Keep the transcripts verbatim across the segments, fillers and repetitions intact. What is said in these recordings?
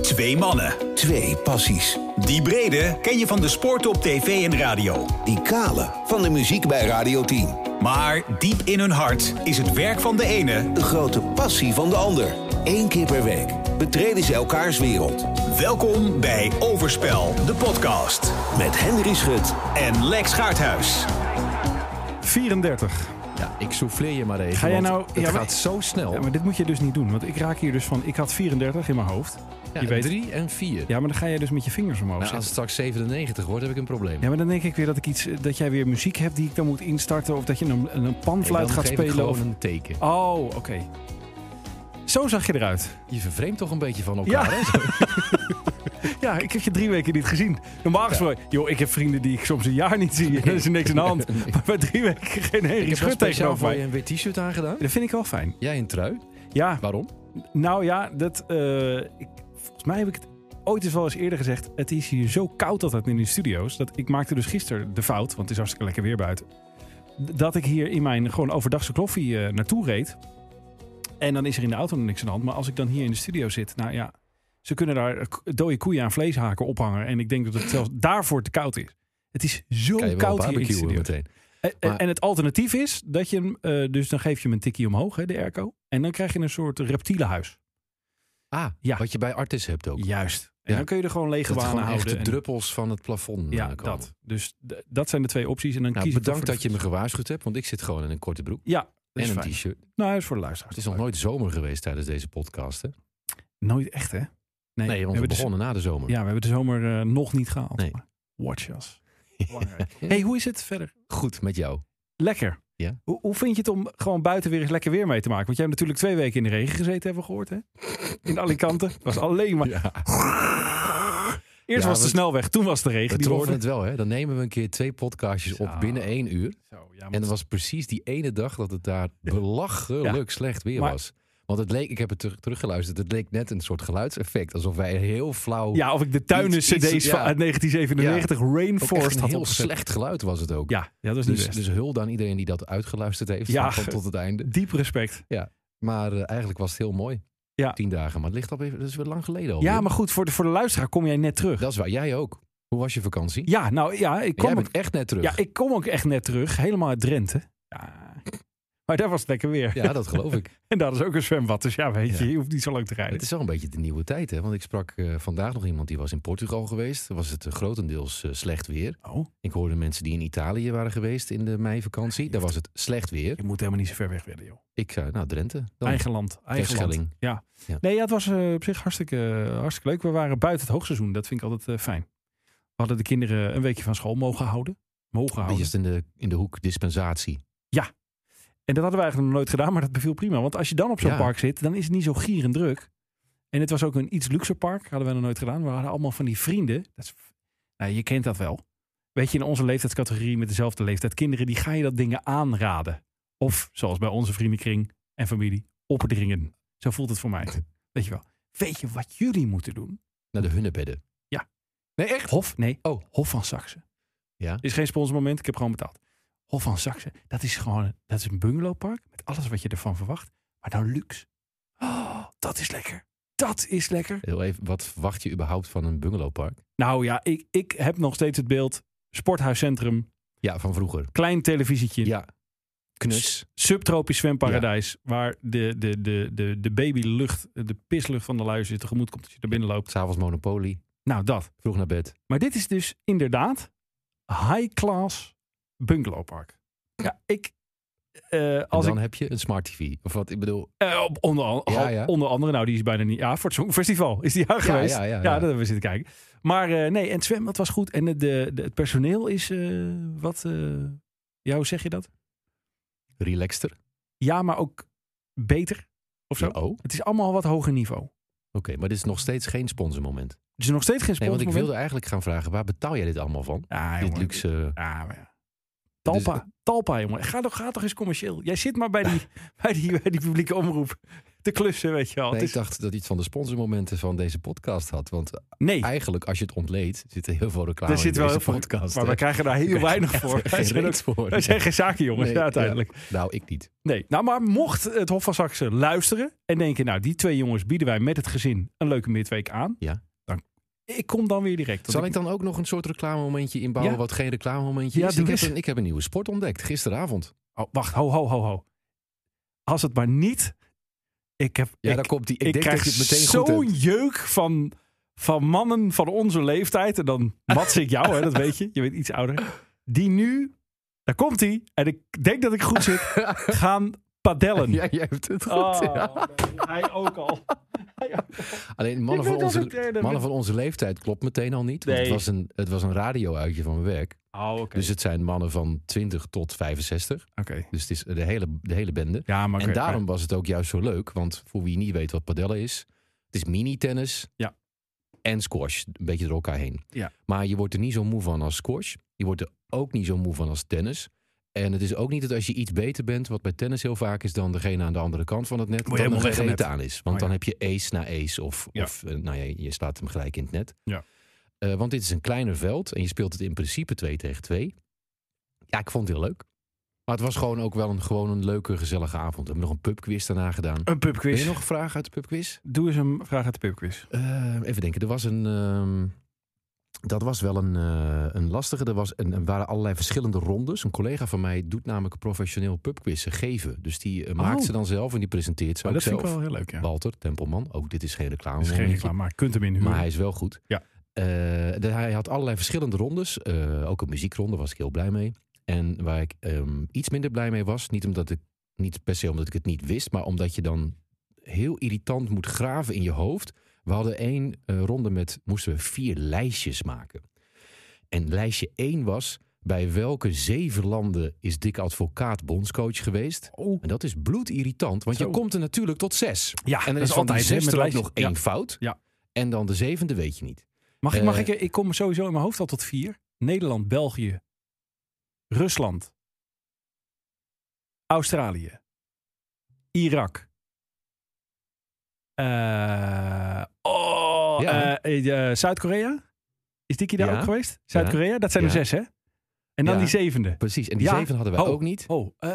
Twee mannen. Twee passies. Die brede ken je van de sport op tv en radio. Die kale van de muziek bij Radio tien. Maar diep in hun hart is het werk van de ene de grote passie van de ander. Eén keer per week betreden ze elkaars wereld. Welkom bij Overspel, de podcast. Met Henry Schut En Lex Gaarthuis. vierendertig. Ja, ik souffleer je maar even. Ga jij nou, het ja, gaat maar, zo snel. Ja, maar dit moet je dus niet doen. Want ik raak hier dus van... Ik had vierendertig in mijn hoofd. Ja, je weet, drie en vier. ja, maar dan ga jij dus met je vingers omhoog Nou, als zetten. het straks zevenennegentig wordt, heb ik een probleem. Ja, maar dan denk ik weer dat ik iets... Dat jij weer muziek hebt die ik dan moet instarten. Of dat je een, een panfluit Nee, gaat dan geef ik spelen. gewoon Of... een teken. Oh, oké. Okay. Zo zag je eruit. Je vervreemdt toch een beetje van elkaar, Ja. hè? Ja, ik heb je drie weken niet gezien. Normaal gesproken... Joh, ik heb vrienden die ik soms een jaar niet zie. Er is er niks aan de hand. Nee. Maar bij drie weken geen Henry Ik heb wel Schut speciaal tegenover voor je mij. een wit t-shirt aangedaan. Dat vind ik wel fijn. Jij een trui. Ja, Waarom? nou ja, dat... Uh, ik, volgens mij heb ik het ooit eens wel eens eerder gezegd. Het is hier zo koud altijd in de studio's. Dat ik maakte dus gisteren de fout, want het is hartstikke lekker weer buiten. Dat ik hier in mijn gewoon overdagse kloffie uh, naartoe reed. En dan is er in de auto nog niks aan de hand. Maar als ik dan hier in de studio zit, nou ja... Ze kunnen daar dode koeien aan vleeshaken ophangen. En ik denk dat het zelfs daarvoor te koud is. Het is zo Kan je wel koud hier in de barbecuen studio. meteen. En, Maar- en het alternatief is dat je hem... Uh, dus dan geef je hem een tikkie omhoog, hè, de airco. En dan krijg je een soort reptielenhuis. Ah, Ja. wat je bij Artis hebt ook. Juist. En Ja. dan kun je er gewoon lege Dat het banen gewoon echt houden. de en- druppels van het plafond Ja, uh, komen. dat. Dus d- dat zijn de twee opties. En dan Nou, kies ik bedankt toch dat je voor me gewaarschuwd hebt, want ik zit gewoon in een korte broek. de- Ja, dat En is een fijn. t-shirt. Nou, dat is voor de luisteraars. Het is nog nooit zomer geweest tijdens deze podcast, hè? Nooit echt, hè? Nee, want we, hebben de- begonnen na de zomer. Ja, we hebben de zomer uh, nog niet gehaald. Nee. Maar watch us. Belangrijk. Hey, hoe is het verder? Goed, met jou. Lekker. Ja. Hoe, hoe vind je het om gewoon buiten weer eens lekker weer mee te maken? Want jij hebt natuurlijk twee weken in de regen gezeten, hebben we gehoord, hè? In Alicante. Het was alleen maar... Ja. Eerst Ja, was de we- snelweg, toen was de regen. We Die troffen hoorde. het wel, hè? Dan nemen we een keer twee podcastjes op Zo. binnen één uur. Zo, ja, maar En dat was precies die ene dag dat het daar belachelijk slecht weer Maar- was. Want het leek, ik heb het terug, teruggeluisterd, het leek net een soort geluidseffect. Alsof wij heel flauw... Ja, of ik de tuinen-cd's Iets- iets- van ja. uit negentien zevenennegentig ook echt Rainforest een had heel opgezet. slecht geluid was het ook. Ja, ja, dat was niet dus, best. dus hulde aan iedereen die dat uitgeluisterd heeft. Ja. Van tot het einde. Diep respect. Maar uh, eigenlijk was het heel mooi. Ja. Tien dagen, maar het ligt al even, dat is weer lang geleden al. Ja, maar goed, voor de, voor de luisteraar kom jij net terug. Dat is waar, jij ook. Hoe was je vakantie? Ja, nou ja, ik jij kom, ook, bent echt net terug. ja, ik kom ook echt net terug. Helemaal uit Drenthe. Ja. Maar daar was het lekker weer. Ja, dat geloof ik. En daar is ook een zwembad. Dus ja, weet je, Ja. je hoeft niet zo lang te rijden. Het is wel een beetje de nieuwe tijd, hè? Want ik sprak uh, vandaag nog iemand die was in Portugal geweest. Dan was het uh, grotendeels uh, slecht weer. Oh, Ik hoorde mensen die in Italië waren geweest in de meivakantie. Daar was het slecht weer. je moet helemaal niet zo ver weg willen, joh. Ik zei, nou Drenthe. Dan. Eigen land. Eigen land. Terschelling. Ja. Ja. Nee, ja, het was uh, op zich hartstikke, uh, hartstikke leuk. We waren buiten het hoogseizoen. Dat vind ik altijd uh, fijn. We hadden de kinderen een weekje van school mogen houden. Mogen Een houden. beetje in de, in de hoek dispensatie. En dat hadden we eigenlijk nog nooit gedaan, maar dat beviel prima. Want als je dan op zo'n Ja. park zit, dan is het niet zo gierend druk. En het was ook een iets luxer park. Hadden we nog nooit gedaan. We hadden allemaal van die vrienden. Dat is, nou, je kent dat wel. Weet je, in onze leeftijdscategorie met dezelfde leeftijd kinderen, die ga je dat dingen aanraden. Of, zoals bij onze vriendenkring en familie, opdringen. Zo voelt het voor mij. Weet je wel. Weet je wat jullie moeten doen? Naar de hunnebedden. Ja. Nee, echt? Hof, nee, Oh. Hof van Saxe. Ja. Is geen sponsormoment, ik heb gewoon betaald. Hof van Saxe, dat is gewoon dat is een bungalowpark met alles wat je ervan verwacht, maar dan luxe. Oh, dat is lekker. Dat is lekker. Heel even, wat verwacht je überhaupt van een bungalowpark? Nou ja, ik, ik heb nog steeds het beeld sporthuiscentrum, Ja, van vroeger. klein televisietje, Ja. Knus. subtropisch zwemparadijs, waar de, de, de, de, de babylucht, de pislucht van de luizen je tegemoet komt als je er binnen loopt. S'avonds Monopoly. Nou, dat. Vroeg naar bed. Maar dit is dus inderdaad high-class bungalowpark. Ja, ik... Uh, als en dan ik heb je een smart tv. Of wat, ik bedoel... Uh, op onder, al, Ja, ja. onder andere, nou die is bijna niet... Ja, voor het Songfestival is die aan geweest. ja, ja, ja. dat hebben we zitten kijken. Maar uh, nee, en het zwembad was goed. En de, de, de, het personeel is uh, wat... Uh, ja, hoe zeg je dat? Relaxter. Ja, maar ook beter. Of zo. Ja, oh, oké. Het is allemaal wat hoger niveau. Maar dit is nog steeds geen sponsormoment. Er is nog steeds geen Nee, want ik sponsormoment. wilde eigenlijk gaan vragen, waar betaal jij dit allemaal van? Ja, dit jongen. luxe... Ja, maar ja. Talpa, Dus- Talpa, jongen. Ga toch, ga toch eens commercieel. Jij zit maar bij die, bij die, bij die publieke omroep. te klussen, weet je wel. Nee, Het ik is... dacht dat iets van de sponsormomenten van deze podcast had. Want Nee, eigenlijk, als je het ontleedt, zit er heel veel reclame er zit in wel deze heel veel podcast. maar hè. wij krijgen daar heel Daar weinig krijg je voor. echt Wij geen zijn, ook, reet voor. wij zijn geen zakenjongens, Nee, ja, uiteindelijk. ja. Nou, ik niet. Nee, nou maar mocht het Hof van Saxe luisteren en denken, nou die twee jongens bieden wij met het gezin een leuke midweek aan. Ja. Dan, ik kom dan weer direct. Want Zal ik dan ook nog een soort reclamemomentje inbouwen Ja. wat geen reclamemomentje Ja, is? doe Ik heb, eens. een, ik heb een nieuwe sport ontdekt, gisteravond. Oh, wacht, ho, ho, ho, ho. Als het maar niet... Ik heb... Ja, ik, daar komt die. Ik, ik denk krijg dat je het meteen goed zo'n hebt. jeuk van, van mannen van onze leeftijd. En dan mats ik jou, hè, dat weet je. Je bent iets ouder. Die nu, daar komt hij. En ik denk dat ik goed zit. Gaan padellen. Ja, jij hebt het goed. Oh, ja. nee, hij ook al. Alleen mannen, Ik van weet onze, dat ik derde mannen ben. van onze leeftijd klopt meteen al niet. Want Nee. het was een, het was een radio-uitje van mijn werk. Oh, oké. Dus het zijn mannen van twintig tot vijfenzestig. Oké. Dus het is de hele, de hele bende. Ja, maar En oké, daarom was het ook juist zo leuk. Want voor wie niet weet wat padellen is. Het is mini-tennis Ja. en squash. Een beetje door elkaar heen. Ja. Maar je wordt er niet zo moe van als squash. Je wordt er ook niet zo moe van als tennis. En het is ook niet dat als je iets beter bent, wat bij tennis heel vaak is dan degene aan de andere kant van het net, Word je dan er helemaal geen reet weggenet. aan is. Want Oh, dan ja. heb je ace na ace of, Ja. of uh, nou ja, je slaat hem gelijk in het net. Ja. Uh, want dit is een kleiner veld en je speelt het in principe twee tegen twee. Ja, ik vond het heel leuk. Maar het was gewoon ook wel een, gewoon een leuke, gezellige avond. We hebben nog een pubquiz daarna gedaan. Een Heb pubquiz. je nog een vraag uit de pubquiz? Doe eens een vraag uit de pubquiz. Uh, even denken, er was een... Uh, dat was wel een, uh, een lastige. Er, was een, er waren allerlei verschillende rondes. Een collega van mij doet namelijk professioneel pubquizzen geven. Dus die uh, maakt Oh. ze dan zelf en die presenteert ze Maar ook dat vind zelf. ik wel heel leuk, ja. Walter Tempelman. Ook dit is geen reclame. Dat is geen reclame, maar je kunt hem inhuren. Maar hij is wel goed. Ja. Uh, de, hij had allerlei verschillende rondes. Uh, ook een muziekronde, was ik heel blij mee. En waar ik um, iets minder blij mee was, niet omdat ik niet per se omdat ik het niet wist, maar omdat je dan heel irritant moet graven in je hoofd. We hadden één uh, ronde met, moesten we vier lijstjes maken. En lijstje één was, bij welke zeven landen is Dick Advocaat bondscoach geweest? Oh. En dat is bloedirritant, want Zo. je komt er natuurlijk tot zes. Ja, En dan dat is is van die altijd, hè, zes met er ook lijstjes. nog één Ja. fout. Ja. En dan de zevende weet je niet. Mag ik, mag Eh, ik, ik kom sowieso in mijn hoofd al tot vier. Nederland, België, Rusland, Australië, Irak. Uh, oh, Ja. uh, uh, Zuid-Korea? Is Dikkie daar Ja. ook geweest? Zuid-Korea? Dat zijn er Ja. zes, hè? En dan Ja. die zevende. Precies, en die Ja. zeven hadden wij Oh. ook niet. Oh, uh,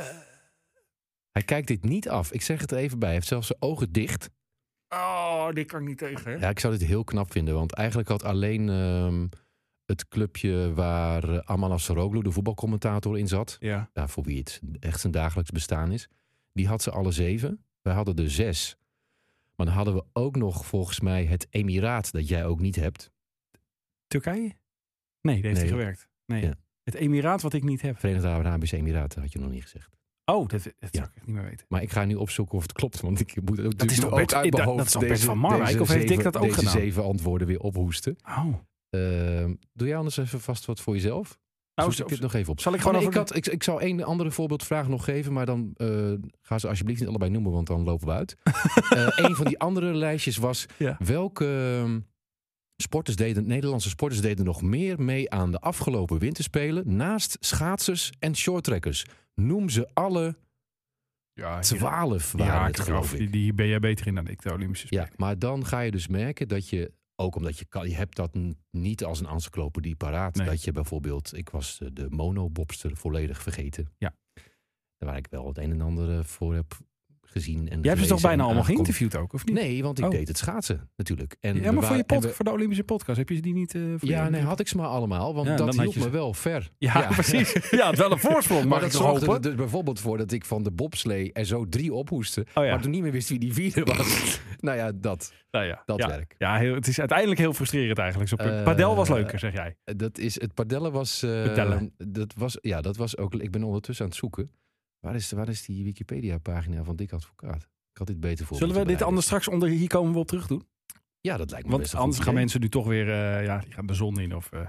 Hij kijkt dit niet af. Ik zeg het er even bij. Hij heeft zelfs zijn ogen dicht. oh, dit kan ik niet tegen, hè? Ja, ik zou dit heel knap vinden. Want eigenlijk had alleen um, het clubje waar uh, Aman Asaroglu, de voetbalcommentator, in zat. Ja. Ja, voor wie het echt zijn dagelijks bestaan is. Die had ze alle zeven. Wij hadden er zes. Maar dan hadden we ook nog volgens mij het Emiraat dat jij ook niet hebt. Turkije? Nee, die heeft Nee. niet gewerkt. Nee. Ja. Het Emiraat wat ik niet heb. Verenigde Arabische Emiraten had je nog niet gezegd. Oh, dat, dat Ja. zou ik echt niet meer weten. Maar ik ga nu opzoeken of het klopt. Want ik moet ook, Dat is toch ook Bert- uit mijn dat- hoofd dat is toch Bert deze- van Marwijk? deze Of heeft Dick zeven- dat ook deze gedaan? zeven antwoorden weer ophoesten. Oh. Uh, doe jij anders even vast wat voor jezelf? Nou, Zoek zo- ik dit nog even op. Zal ik Oh, gewoon nee, over ik, had, ik, ik zou één andere voorbeeldvraag nog geven, maar dan uh, ga ze alsjeblieft niet allebei noemen, want dan lopen we uit. uh, een van die andere lijstjes was Ja. welke um, sporters deden, Nederlandse sporters deden nog meer mee aan de afgelopen winterspelen naast schaatsers en shorttrekkers. Noem ze alle Ja, twaalf waren ja, het, geloof ik. Die, die ben jij beter in dan ik, de Olympische Spelen. Ja, maar dan ga je dus merken dat je, ook omdat je kan, je hebt dat n- niet als een encyclopedie paraat, Nee. dat je bijvoorbeeld, ik was de, de monobobster volledig vergeten. Ja. Waar ik wel het een en ander eh, voor heb gezien. En Jij hebt ze gelezen toch bijna en allemaal aangekomen. geïnterviewd ook, of niet? Nee, want ik Oh. deed het schaatsen natuurlijk. En Ja, we maar voor, waren- je en pod, we- voor de Olympische podcast heb je die niet... uh, voor Ja, je- nee, had ik ze maar allemaal, want Ja, dat dan had hielp je me ze- wel ver. Ja, precies. Ja, het wel een voorsprong, Maar mag dat ik toch zorgde er hopen? dus bijvoorbeeld voor dat ik van de bobslee er zo drie ophoestte. Oh ja. Maar toen niet meer wist wie die vierde was. Nou ja, dat. Nou ja, dat ja. werk. Ja, heel, het is uiteindelijk heel frustrerend eigenlijk. Zo, Eh, padel was leuker, zeg jij. Dat is, het padellen was, uh, Padellen. dat was... Ja, dat was ook... Ik ben ondertussen aan het zoeken. Waar is, waar is die Wikipedia-pagina van Dick Advocaat? Ik had dit beter voor. Zullen we dit anders straks onder hier komen we op terug doen? Ja, dat lijkt me Want best een anders goed gaan idee. mensen nu toch weer... uh, ja, die gaan de zon in of... Uh,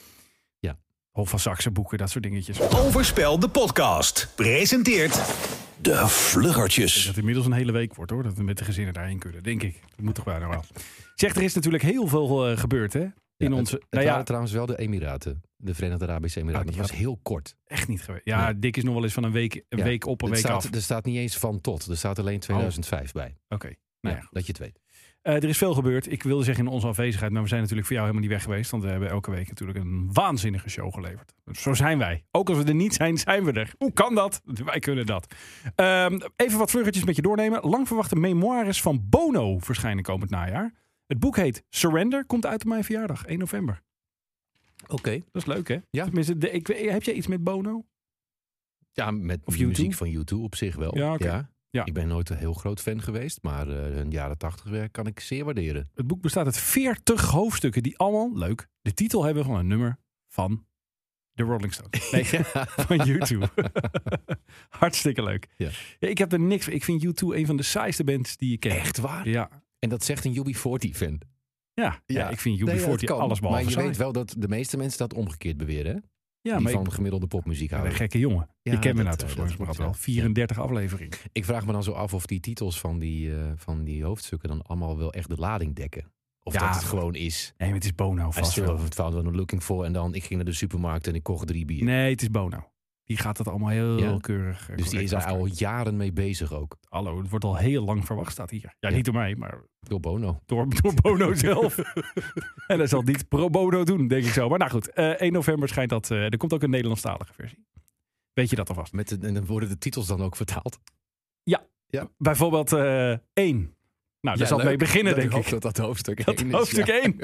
ja. Hof van Saxe boeken, dat soort dingetjes. Overspel de podcast. Presenteert de Ik denk Vluggertjes. dat het inmiddels een hele week wordt, hoor. Dat we met de gezinnen daarheen kunnen, denk ik. Dat moet toch bijna wel. Zeg, er is natuurlijk heel veel uh, gebeurd, hè? In Ja, onze... Het, het nou ja, waren trouwens wel de Emiraten. de Verenigde Arabische Emiraten. Ah, die dat was heel kort. Echt niet geweest. Ja, Nee. Dick is nog wel eens van een week, een Ja. week op, een Het week staat, af. er staat niet eens van tot. Er staat alleen tweeduizend vijf bij. Oké, nou ja, Ja, goed. dat je het weet. Uh, er is veel gebeurd. Ik wilde zeggen in onze afwezigheid, maar we zijn natuurlijk voor jou helemaal niet weg geweest. Want we hebben elke week natuurlijk een waanzinnige show geleverd. Dus zo zijn wij. Ook als we er niet zijn, zijn we er. Hoe kan dat? Wij kunnen dat. Um, even wat vluggetjes met je doornemen. Lang verwachte memoires van Bono verschijnen komend najaar. Het boek heet Surrender, komt uit op mijn verjaardag, één november. Oké. Okay. Dat is leuk, hè? Ja. Tenminste, de, ik, heb jij iets met Bono? Ja, met Of de U twee? muziek van U twee op zich wel. Ja, okay. ja. Ja. Ik ben nooit een heel groot fan geweest, maar uh, hun jaren tachtig werk kan ik zeer waarderen. Het boek bestaat uit veertig hoofdstukken die allemaal, leuk, de titel hebben van een nummer van de Rolling Stones. Nee, van U twee. Hartstikke leuk. Ja. Ja, ik heb er niks van. Ik vind U twee een van de saaiste bands die je kent. Echt waar? Ja. En dat zegt een U B veertig-fan. Ja, ja, ja, ik vind U B nee, veertig alles behalve Maar je saai. weet wel dat de meeste mensen dat omgekeerd beweren, hè? Ja, die maar van ik, gemiddelde popmuziek ja, houden. een gekke jongen. Ja, ik ken me nou dat, toch uh, voor dat eens moet, wel. ja. vierendertig afleveringen. Ik vraag me dan zo af of die titels van die, uh, van die hoofdstukken dan allemaal wel echt de lading dekken. Of Ja, dat het gewoon is. Nee, maar het is Bono I vast still wel. haven't found what I'm looking for. En dan, ik ging naar de supermarkt en ik kocht drie bier. Nee, het is Bono. Die gaat het allemaal heel Ja. keurig. uh, dus die is correct er al afkeuren. jaren mee bezig ook. Hallo, het wordt al heel lang verwacht, staat hier. Ja, Ja. niet door mij, maar Door Bono. door, door Bono zelf. En hij zal het niet pro bono doen, denk ik zo. Maar nou goed, uh, één november schijnt dat. Uh, er komt ook een Nederlandstalige versie. Weet je dat alvast? Met de, en dan worden de titels dan ook vertaald. Bijvoorbeeld uh, één. Nou, daar Ja, zal het mee leuk. beginnen, Dat denk hoop ik. Dat dat hoofdstuk Dat één is, hoofdstuk ja. één.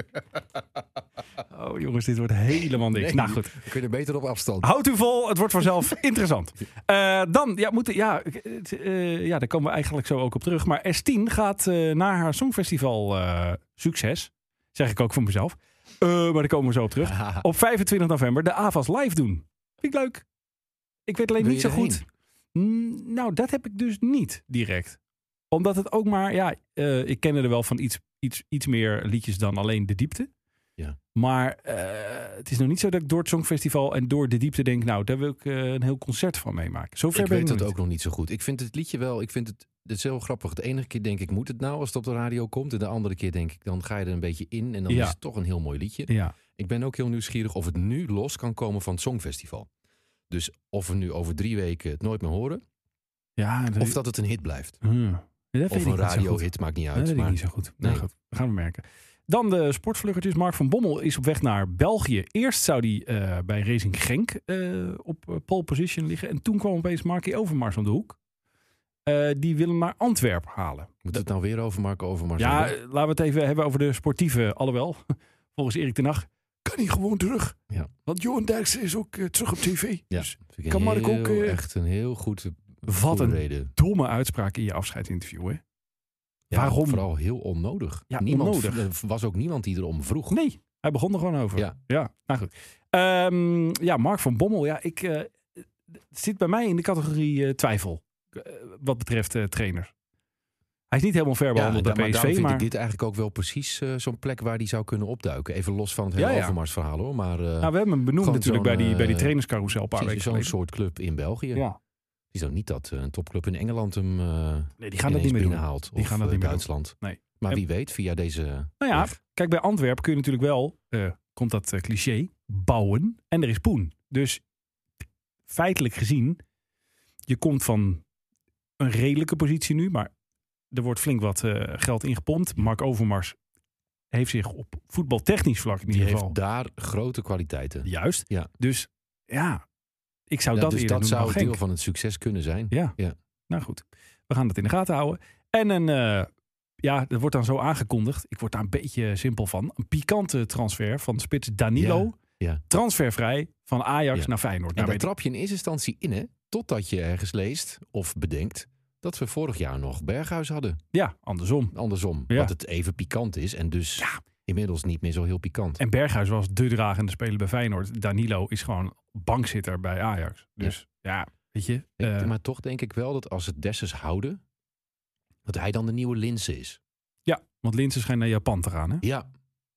Oh jongens, dit wordt helemaal niks. Nee, nou goed. We kunnen beter op afstand. Houd u vol, het wordt vanzelf interessant. Uh, dan, ja, moeten, ja, uh, ja, daar komen we eigenlijk zo ook op terug. Maar S tien gaat uh, na haar Songfestival uh, succes, zeg ik ook voor mezelf. Uh, maar daar komen we zo op terug. Op vijfentwintig november de A V A S live doen. Vind ik leuk. Ik weet alleen Wil niet je zo goed. Mm, nou, dat heb ik dus niet direct. Omdat het ook maar, ja, uh, ik ken er wel van iets, iets, iets meer liedjes dan alleen De Diepte. Ja. Maar uh, het is nog niet zo dat ik door het Songfestival en door De Diepte denk, nou, daar wil ik uh, een heel concert van meemaken. Zover Ik ben weet ik het nog ook nog niet zo goed. Ik vind het liedje wel, ik vind het, het is heel grappig. De ene keer denk ik, moet het nou als het op de radio komt? En de andere keer denk ik, dan ga je er een beetje in. En dan Ja. is het toch een heel mooi liedje. Ja. Ik ben ook heel nieuwsgierig of het nu los kan komen van het Songfestival. Dus of we nu over drie weken het nooit meer horen. Ja, Of dat het een hit blijft. Hmm. Ja, dat Of weet ik een niet zo goed. radiohit, maakt niet Dat uit. weet ik maar niet zo goed. Nou nee. goed, dat gaan we merken. Dan de sportvluggertjes. Mark van Bommel is op weg naar België. Eerst zou hij uh, bij Racing Genk uh, op uh, pole position liggen. En toen kwam opeens Markie Overmars om de hoek. Uh, die wil hem naar Antwerpen halen. Moet het nou weer over Marco Overmars? Ja, hebben? laten we het even hebben over de sportieve. Alhoewel, volgens Erik ten Hag kan hij gewoon terug. Ja. Want Johan Derksen is ook uh, terug op tv. Ja, Dus vind ik kan een Mark heel, ook, uh, echt een heel goed wat een reden. domme uitspraak in je afscheidsinterview, hè? Ja, Waarom? Vooral heel onnodig. Ja, niemand, onnodig. Er was ook niemand die erom vroeg. Nee, hij begon er gewoon over. Ja. ja nou goed. Um, ja, Mark van Bommel. Ja, ik uh, zit bij mij in de categorie uh, twijfel. Uh, wat betreft uh, trainers. Hij is niet helemaal ver behandeld ja, bij P S V. Maar daarom vind maar... ik dit eigenlijk ook wel precies uh, zo'n plek waar die zou kunnen opduiken. Even los van het hele Ja, ja. Overmars verhaal hoor. Maar, uh, nou, we hebben hem benoemd natuurlijk bij die, uh, bij die trainerscarousel een paar precies, weken zo'n geleden. soort club in België. Ja. Het is ook niet dat uh, een topclub in Engeland hem uh, Nee, die gaan dat niet meer doen. binnenhaalt. Die of gaan dat uh, niet meer Duitsland. doen. Nee. Maar En- wie weet, via deze Nou ja, weg. kijk, bij Antwerpen kun je natuurlijk wel, uh, komt dat uh, cliché, bouwen. En er is poen. Dus feitelijk gezien, je komt van een redelijke positie nu, maar er wordt flink wat uh, geld ingepompt. Mark Overmars heeft zich op voetbaltechnisch vlak in Die ieder heeft geval daar grote kwaliteiten. juist. Ja. Dus ja, ik zou Ja, dat dus eerder dat doen dan zou Genk. deel van het succes kunnen zijn. Ja. Ja. Nou goed. We gaan het in de gaten houden. En een, uh, ja, dat wordt dan zo aangekondigd. Ik word daar een beetje simpel van. Een pikante transfer van spits Danilo. Ja, ja. Transfervrij van Ajax Ja. naar Feyenoord. En Nou, daar weet- trap je in eerste instantie in, hè? Totdat je ergens leest of bedenkt dat we vorig jaar nog Berghuis hadden. ja, andersom. Andersom. Ja. Dat het even pikant is en dus Ja. inmiddels niet meer zo heel pikant. En Berghuis was de dragende speler bij Feyenoord. Danilo is gewoon bankzitter bij Ajax. Dus ja, weet je. Ik- eh, maar toch denk ik wel dat als het Dessers houden, dat hij dan de nieuwe Linse is. ja, want Linse schijnt naar Japan te gaan. Hè? Ja.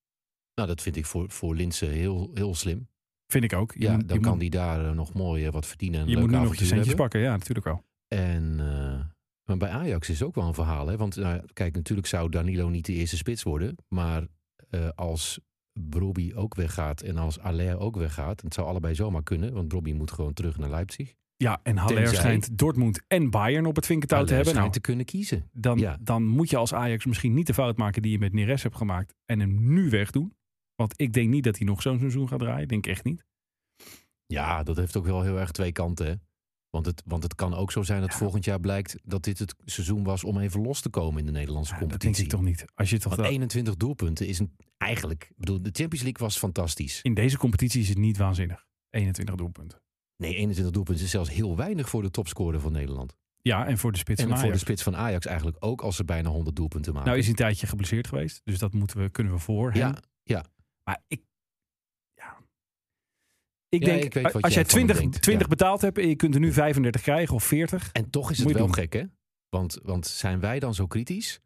Nou, dat vind ik voor, voor Linse heel, heel slim. Vind ik ook. Je Ja, moet, dan je kan moet, hij daar eh, nog mooi eh, wat verdienen. En een je leuk moet nu nog de avontuur centjes hebben. pakken. Ja, natuurlijk wel. En, uh, maar bij Ajax is ook wel een verhaal. Hè? Want uh, kijk, natuurlijk zou Danilo niet de eerste spits worden. Maar uh, als Brobbey ook weggaat en als Haller ook weggaat. Het zou allebei zomaar kunnen, want Brobbey moet gewoon terug naar Leipzig. Ja, en Haller Tenzij- schijnt Dortmund en Bayern op het vinkentouw te Haller hebben. schijnt Nou, te kunnen kiezen. dan, Ja. dan moet je als Ajax misschien niet de fout maken die je met Neres hebt gemaakt en hem nu wegdoen. Want ik denk niet dat hij nog zo'n seizoen gaat draaien. Denk echt niet. Ja, dat heeft ook wel heel erg twee kanten, hè? Want het, want het kan ook zo zijn dat Ja. volgend jaar blijkt dat dit het seizoen was om even los te komen in de Nederlandse Ja, dat denk competitie. ik toch niet. Als je toch Want wel- eenentwintig doelpunten is een, eigenlijk... Ik bedoel, de Champions League was fantastisch. in deze competitie is het niet waanzinnig. eenentwintig doelpunten. Nee, eenentwintig doelpunten is zelfs heel weinig voor de topscorer van Nederland. Ja, en voor de spits En van voor de Ajax. spits van Ajax eigenlijk ook als ze bijna honderd doelpunten maken. Nou is hij een tijdje geblesseerd geweest. Dus dat moeten we, kunnen we voor hem. ja, ja. Maar ik... Ja. Ik Ja, denk, ik weet wat als jij jij van hem twintig, denkt, twintig ja. betaald hebt en je kunt er nu vijfendertig krijgen of veertig. En toch is Moet het je wel doen. gek, hè? Want, want zijn wij dan zo kritisch?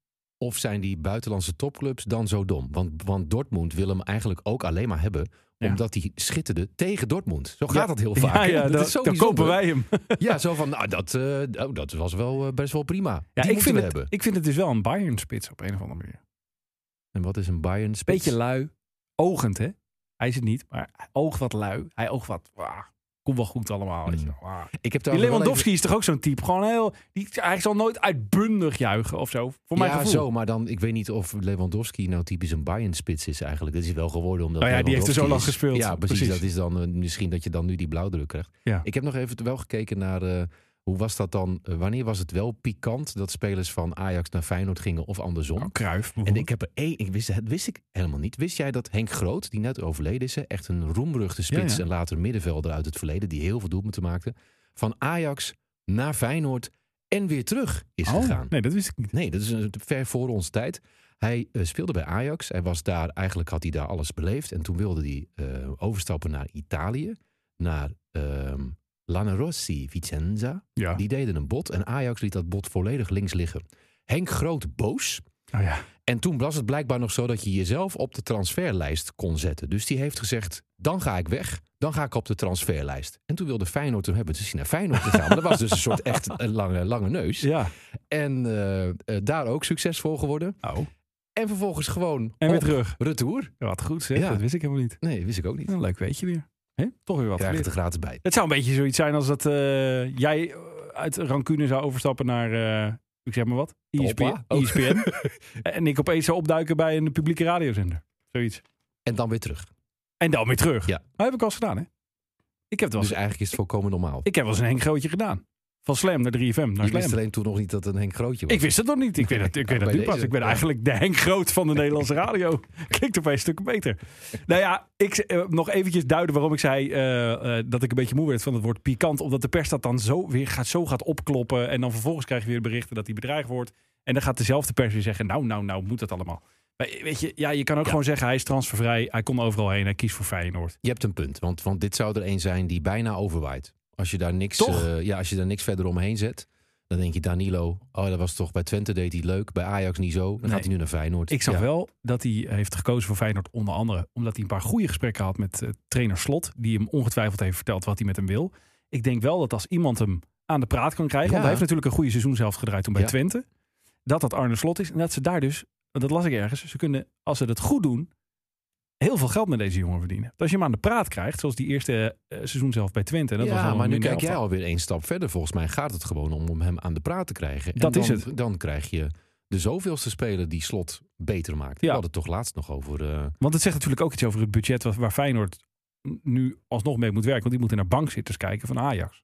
Of zijn die buitenlandse topclubs dan zo dom? Want, want Dortmund wil hem eigenlijk ook alleen maar hebben... Ja. omdat hij schitterde tegen Dortmund. Zo gaat Ja. dat heel vaak. Ja, hè? ja, dat dan, is zo dan bijzonder. kopen wij hem. Ja, zo van, nou, dat, uh, oh, dat was wel uh, best wel prima. Ja, Die ik, moeten vind we het, hebben. ik vind het dus wel een Bayern-spits op een of andere manier. En wat is een Bayern spits? Beetje lui. Ogend, hè? Hij is het niet, maar hij oogt wat lui. Hij oogt wat... Ah, komt wel goed allemaal. Weet je. Mm. wel. Ah. Ik heb Die daar Lewandowski is toch ook zo'n type? Gewoon heel... Die, hij zal nooit uitbundig juichen of zo. Voor mijn ja, gevoel. zo, maar dan, ik weet niet of Lewandowski nou typisch een Bayern-spits is eigenlijk. Dat is hij wel geworden omdat Nou ja, die heeft er zo Lewandowski lang is- gespeeld. Ja, precies. Precies. Dat is dan uh, misschien dat je dan nu die blauwdruk krijgt. Ja. Ik heb nog even wel gekeken naar, uh, hoe was dat dan? Uh, wanneer was het wel pikant dat spelers van Ajax naar Feyenoord gingen of andersom? Oh, Cruijff. En ik heb er één, ik wist, het wist ik helemaal niet. Wist jij dat Henk Groot, die net overleden is, hè, echt een roemruchte spits Ja, ja. en later middenvelder uit het verleden, die heel veel doelpunten maakte, van Ajax naar Feyenoord en weer terug is Oh, gegaan? nee, dat wist ik niet. Nee, dat is een, ver voor onze tijd. Hij uh, speelde bij Ajax. Hij was daar, eigenlijk had hij daar alles beleefd. En toen wilde hij uh, overstappen naar Italië. Naar uh, Lanerossi Vicenza. Ja. Die deden een bod. En Ajax liet dat bod volledig links liggen. Henk Groot boos. Oh ja. En toen was het blijkbaar nog zo dat je jezelf op de transferlijst kon zetten. Dus die heeft gezegd, dan ga ik weg. Dan ga ik op de transferlijst. En toen wilde Feyenoord hem hebben. Dus hij is naar Feyenoord gegaan. Maar dat was dus een soort echt een lange, lange neus. Ja. En uh, uh, daar ook succesvol geworden. Oh. En vervolgens gewoon En weer op terug. retour. Ja, wat goed zeg. Ja. Dat wist ik helemaal niet. Nee, wist ik ook niet. Een leuk weetje weer. Hè? Toch weer wat Krijg het geleerd. er gratis bij. Het zou een beetje zoiets zijn als dat uh, jij uit rancune zou overstappen naar, uh, ik zeg maar wat, E S P N. Hoppa. Oh. E S P N. En ik opeens zou opduiken bij een publieke radiozender. Zoiets. En dan weer terug. En dan weer terug. Ja. Dat heb ik al eens gedaan, hè? Ik heb het wel Dus eens, eigenlijk is het volkomen normaal. ik heb wel eens een Henk Grootje gedaan. Van Slam naar drie F M. Naar Je wist Slam. alleen toen nog niet dat het een Henk Grootje was. Ik wist het nog niet. Ik weet het, ik weet Nou, het bij nu pas. deze. Ik ben Ja. eigenlijk de Henk Groot van de Nederlandse radio. Klinkt opeens een stuk beter. Nou ja, ik uh, nog eventjes duiden waarom ik zei uh, uh, dat ik een beetje moe werd van het woord pikant. Omdat de pers dat dan zo weer gaat, zo gaat opkloppen. En dan vervolgens krijg je weer berichten dat hij bedreigd wordt. En dan gaat dezelfde pers weer zeggen, nou, nou, nou, moet dat allemaal. Maar weet je, ja, je kan ook Ja. gewoon zeggen, hij is transfervrij. Hij kon overal heen. Hij kiest voor Feyenoord. Je hebt een punt. Want, want dit zou er een zijn die bijna overwaait. Als je daar niks, Toch? uh, ja, als je daar niks verder omheen zet. Dan denk je Danilo, oh dat was toch bij Twente deed hij leuk. Bij Ajax niet zo. Dan Nee. gaat hij nu naar Feyenoord. Ik zag Ja. wel dat hij heeft gekozen voor Feyenoord onder andere omdat hij een paar goede gesprekken had met uh, trainer Slot. Die hem ongetwijfeld heeft verteld wat hij met hem wil. Ik denk wel dat als iemand hem aan de praat kan krijgen. Ja. Want hij heeft natuurlijk een goede seizoen zelf gedraaid toen bij Ja. Twente. Dat dat Arne Slot is. En dat ze daar dus, dat las ik ergens. Ze kunnen, als ze het goed doen, heel veel geld met deze jongen verdienen. Als je hem aan de praat krijgt, zoals die eerste uh, seizoen zelf bij Twente. Dat was Ja, wel maar een nu minder kijk jij elftal. alweer één stap verder. Volgens mij gaat het gewoon om, om hem aan de praat te krijgen. En Dat dan, is het. Dan krijg je de zoveelste speler die Slot beter maakt. Ja. We hadden het toch laatst nog over... Uh, Want het zegt natuurlijk ook iets over het budget wat, waar Feyenoord nu alsnog mee moet werken. Want die moeten naar bankzitters kijken van Ajax.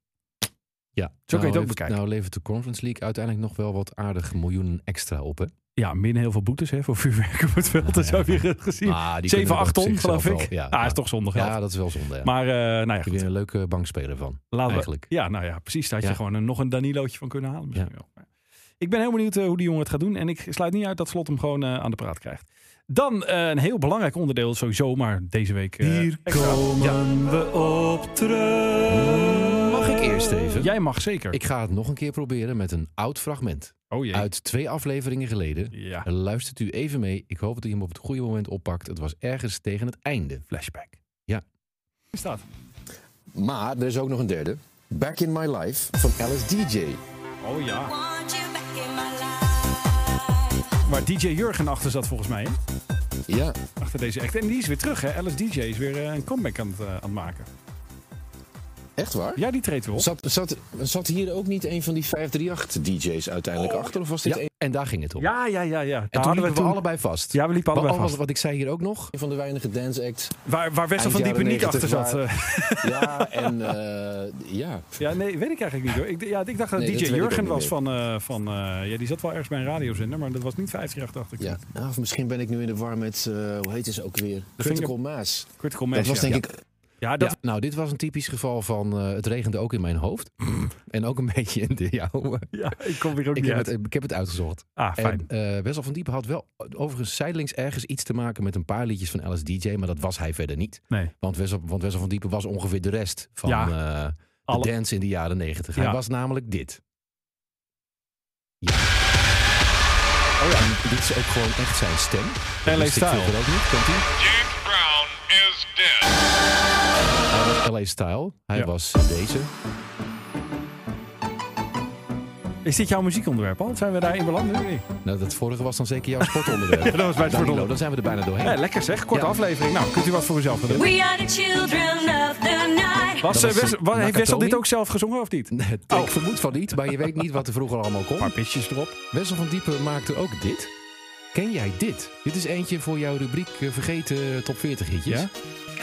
ja. Zo kan je het ook levert- bekijken. Nou levert de Conference League uiteindelijk nog wel wat aardige miljoenen extra op, hè? Ja, min heel veel boetes hè, voor vuurwerk op het veld. Dat zou je gezien. Maar die zeven, kunnen acht op ton, zichzelf geloof ik. wel- Ja, ah, ja. is toch zonde geld. Ja, dat is wel zonde. Ja. Maar uh, nou ja, Heb je goed. weer een leuke bankspeler van. Laten we- eigenlijk. Ja, nou ja, precies. Daar had je Ja. gewoon een, nog een Danilootje van kunnen halen. Misschien Ja. wel. Ik ben heel benieuwd uh, hoe die jongen het gaat doen. En ik sluit niet uit dat Slot hem gewoon uh, aan de praat krijgt. Dan uh, een heel belangrijk onderdeel sowieso, maar deze week... Uh, Hier extra. komen Ja. we op terug. Mag ik eerst even? Jij mag zeker. Ik ga het nog een keer proberen met een oud fragment. Oh jee. Uit twee afleveringen geleden. Ja, Luistert u even mee. Ik hoop dat u hem op het goede moment oppakt. Het was ergens tegen het einde. flashback. Ja. Hier staat. Maar er is ook nog een derde. Back in My Life van Alice D J. Oh ja. Waar D J Jurgen achter zat volgens mij. Hè? Ja. Achter deze act. En die is weer terug, hè? Alice D J is weer uh, een comeback aan het, uh, aan het maken. Echt waar? Ja, die treedt weer op. Zat, zat, zat hier ook niet een van die vijf drie acht D J's uiteindelijk oh. achter? Of was dit ja. een? En daar ging het om. Ja, ja, ja. ja. En daar toen liepen we, we toen... allebei vast. Ja, we liepen allebei wat, vast. Wat ik zei hier ook nog. Een van de weinige dance acts. Waar, waar Wessel van Diepen niet achter zat. Waar, ja, en uh, ja. Ja, nee, weet ik eigenlijk niet hoor. Ik, ja, ik dacht dat nee, D J dat Jurgen was van... Uh, van uh, ja, die zat wel ergens bij een radiozender, maar dat was niet vijf drie acht, dacht ik. Ja, nou, of misschien ben ik nu in de war met... Uh, hoe heet ze ook weer? Critical Mass. Critical Mass, Dat was ja. denk ja. ik... Ja, dat... ja, nou, dit was een typisch geval van... Uh, het regende ook in mijn hoofd. En ook een beetje in de jouwe. Ja, ik kom weer ook ik niet heb uit. Het, ik heb het uitgezocht. Ah, fijn. En uh, Wessel van Diepen had wel overigens zijdelings ergens iets te maken... met een paar liedjes van Alice D J. Maar dat was hij verder niet. Nee. Want Wessel, want Wessel van Diepen was ongeveer de rest van ja, uh, de alle... dance in de jaren negentig. Hij ja. was namelijk dit. Ja. Oh ja, en dit is ook gewoon echt zijn stem. L A Style. Ook niet. Komt ie? James Brown is dead. Hij was L A Style. Hij ja. was deze. Is dit jouw muziekonderwerp al? Zijn we daarin beland? Nee. Nou, dat vorige was dan zeker jouw sportonderwerp. Dat was bij het sportonderwerp. Dan zijn we er bijna doorheen. Ja, lekker zeg. Korte ja. aflevering. Nou, kunt u wat voor uzelf gaan doen? We are the children of the night. Was, was, Wessel, was, heeft Wessel dit ook zelf gezongen of niet? Nee, oh. Ik vermoed van niet, maar je weet niet wat er vroeger allemaal kon. Een paar pitches erop. Wessel van Diepen maakte ook dit. Ken jij dit? Dit is eentje voor jouw rubriek uh, Vergeten Top veertig hitjes. Ja?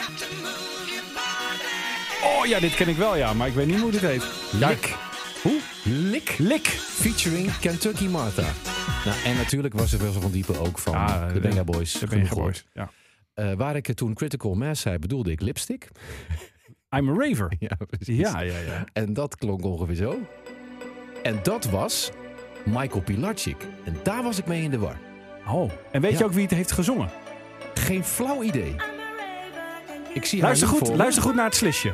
Oh ja, dit ken ik wel, ja. Maar ik weet niet hoe dit heet. Lik. Hoe? Lik. Lik. Featuring Kentucky Martha. Nou, en natuurlijk was er Wessel van Diepen ook van ah, de Benga Boys. De Benga Boys, ja. Uh, waar ik toen Critical Mass zei, bedoelde ik Lipstick. I'm a raver. Ja, precies. Ja, ja, ja. En dat klonk ongeveer zo. En dat was Michael Pilarczyk. En daar was ik mee in de war. Oh, en weet ja. je ook wie het heeft gezongen? Geen flauw idee. Ik zie luister, haar goed, voor luister goed naar het slisje.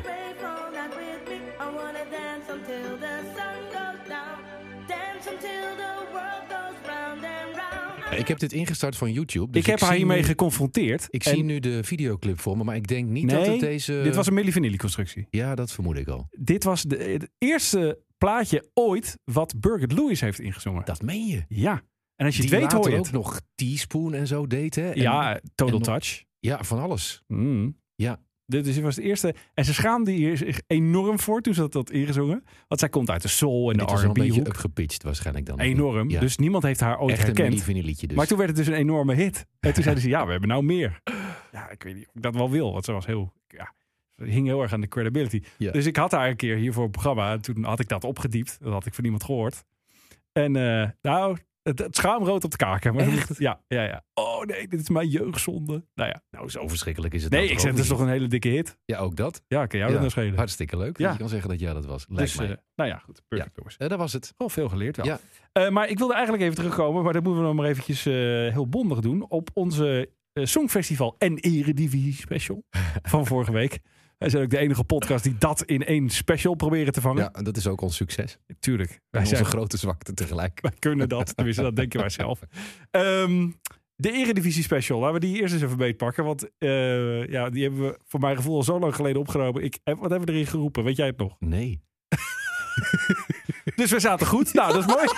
Ik heb dit ingestart van YouTube. Dus ik heb ik haar hiermee nu, geconfronteerd. Ik en... zie nu de videoclip voor me, maar ik denk niet nee, dat het deze... dit was een Milli Vanilli constructie. Ja, dat vermoed ik al. Dit was de, het eerste plaatje ooit wat Birgit Lewis heeft ingezongen. Dat meen je? Ja. En als je Die het weet hoor je ook het. nog Teaspoon en zo deed, hè? En, ja, Total en Touch. Nog, ja, van alles. Mm. Ja. Dus dit was het eerste. En ze schaamde hier zich enorm voor toen ze dat had ingezongen. Want zij komt uit de soul en, en de R en B hoek. een beetje upgepitcht waarschijnlijk dan. Enorm. Ja. Dus niemand heeft haar ooit echt herkend. Een liedje dus. Maar toen werd het dus een enorme hit. En toen zeiden ze, ja, we hebben nou meer. Ja, ik weet niet of ik dat wel wil. Want ze was heel... Ja, ze hing heel erg aan de credibility. Ja. Dus ik had haar een keer hier voor het programma. En toen had ik dat opgediept. Dat had ik van niemand gehoord. En uh, nou... Het, het schaamrood op de kaken. Maar echt? Ja, ja, ja. Oh nee, dit is mijn jeugdzonde. Nou ja. Nou, zo verschrikkelijk is het. Nee, ik zeg, het is toch een hele dikke hit. Ja, ook dat. Ja, kan jou ja, dat nou schelen. Hartstikke leuk. Ja. Je kan zeggen dat jij dat was. Lijkt dus, mij. Uh, nou ja, goed. Perfect, ja. Uh, dat was het. Al veel geleerd wel. Ja. Uh, maar ik wilde eigenlijk even terugkomen. Maar dat moeten we nog maar eventjes uh, heel bondig doen. Op onze uh, Songfestival en Eredivisie special van vorige week. Wij zijn ook de enige podcast die dat in één special proberen te vangen. Ja, en dat is ook ons succes. Tuurlijk. Wij zijn onze grote zwakte tegelijk. Wij kunnen dat. Tenminste, dat denken wij zelf. Um, de Eredivisie special. Laten we die eerst eens even beetpakken. Want uh, ja, die hebben we voor mijn gevoel al zo lang geleden opgenomen. Ik, wat hebben we erin geroepen? Weet jij het nog? Nee. Dus we zaten goed. Nou, dat is mooi.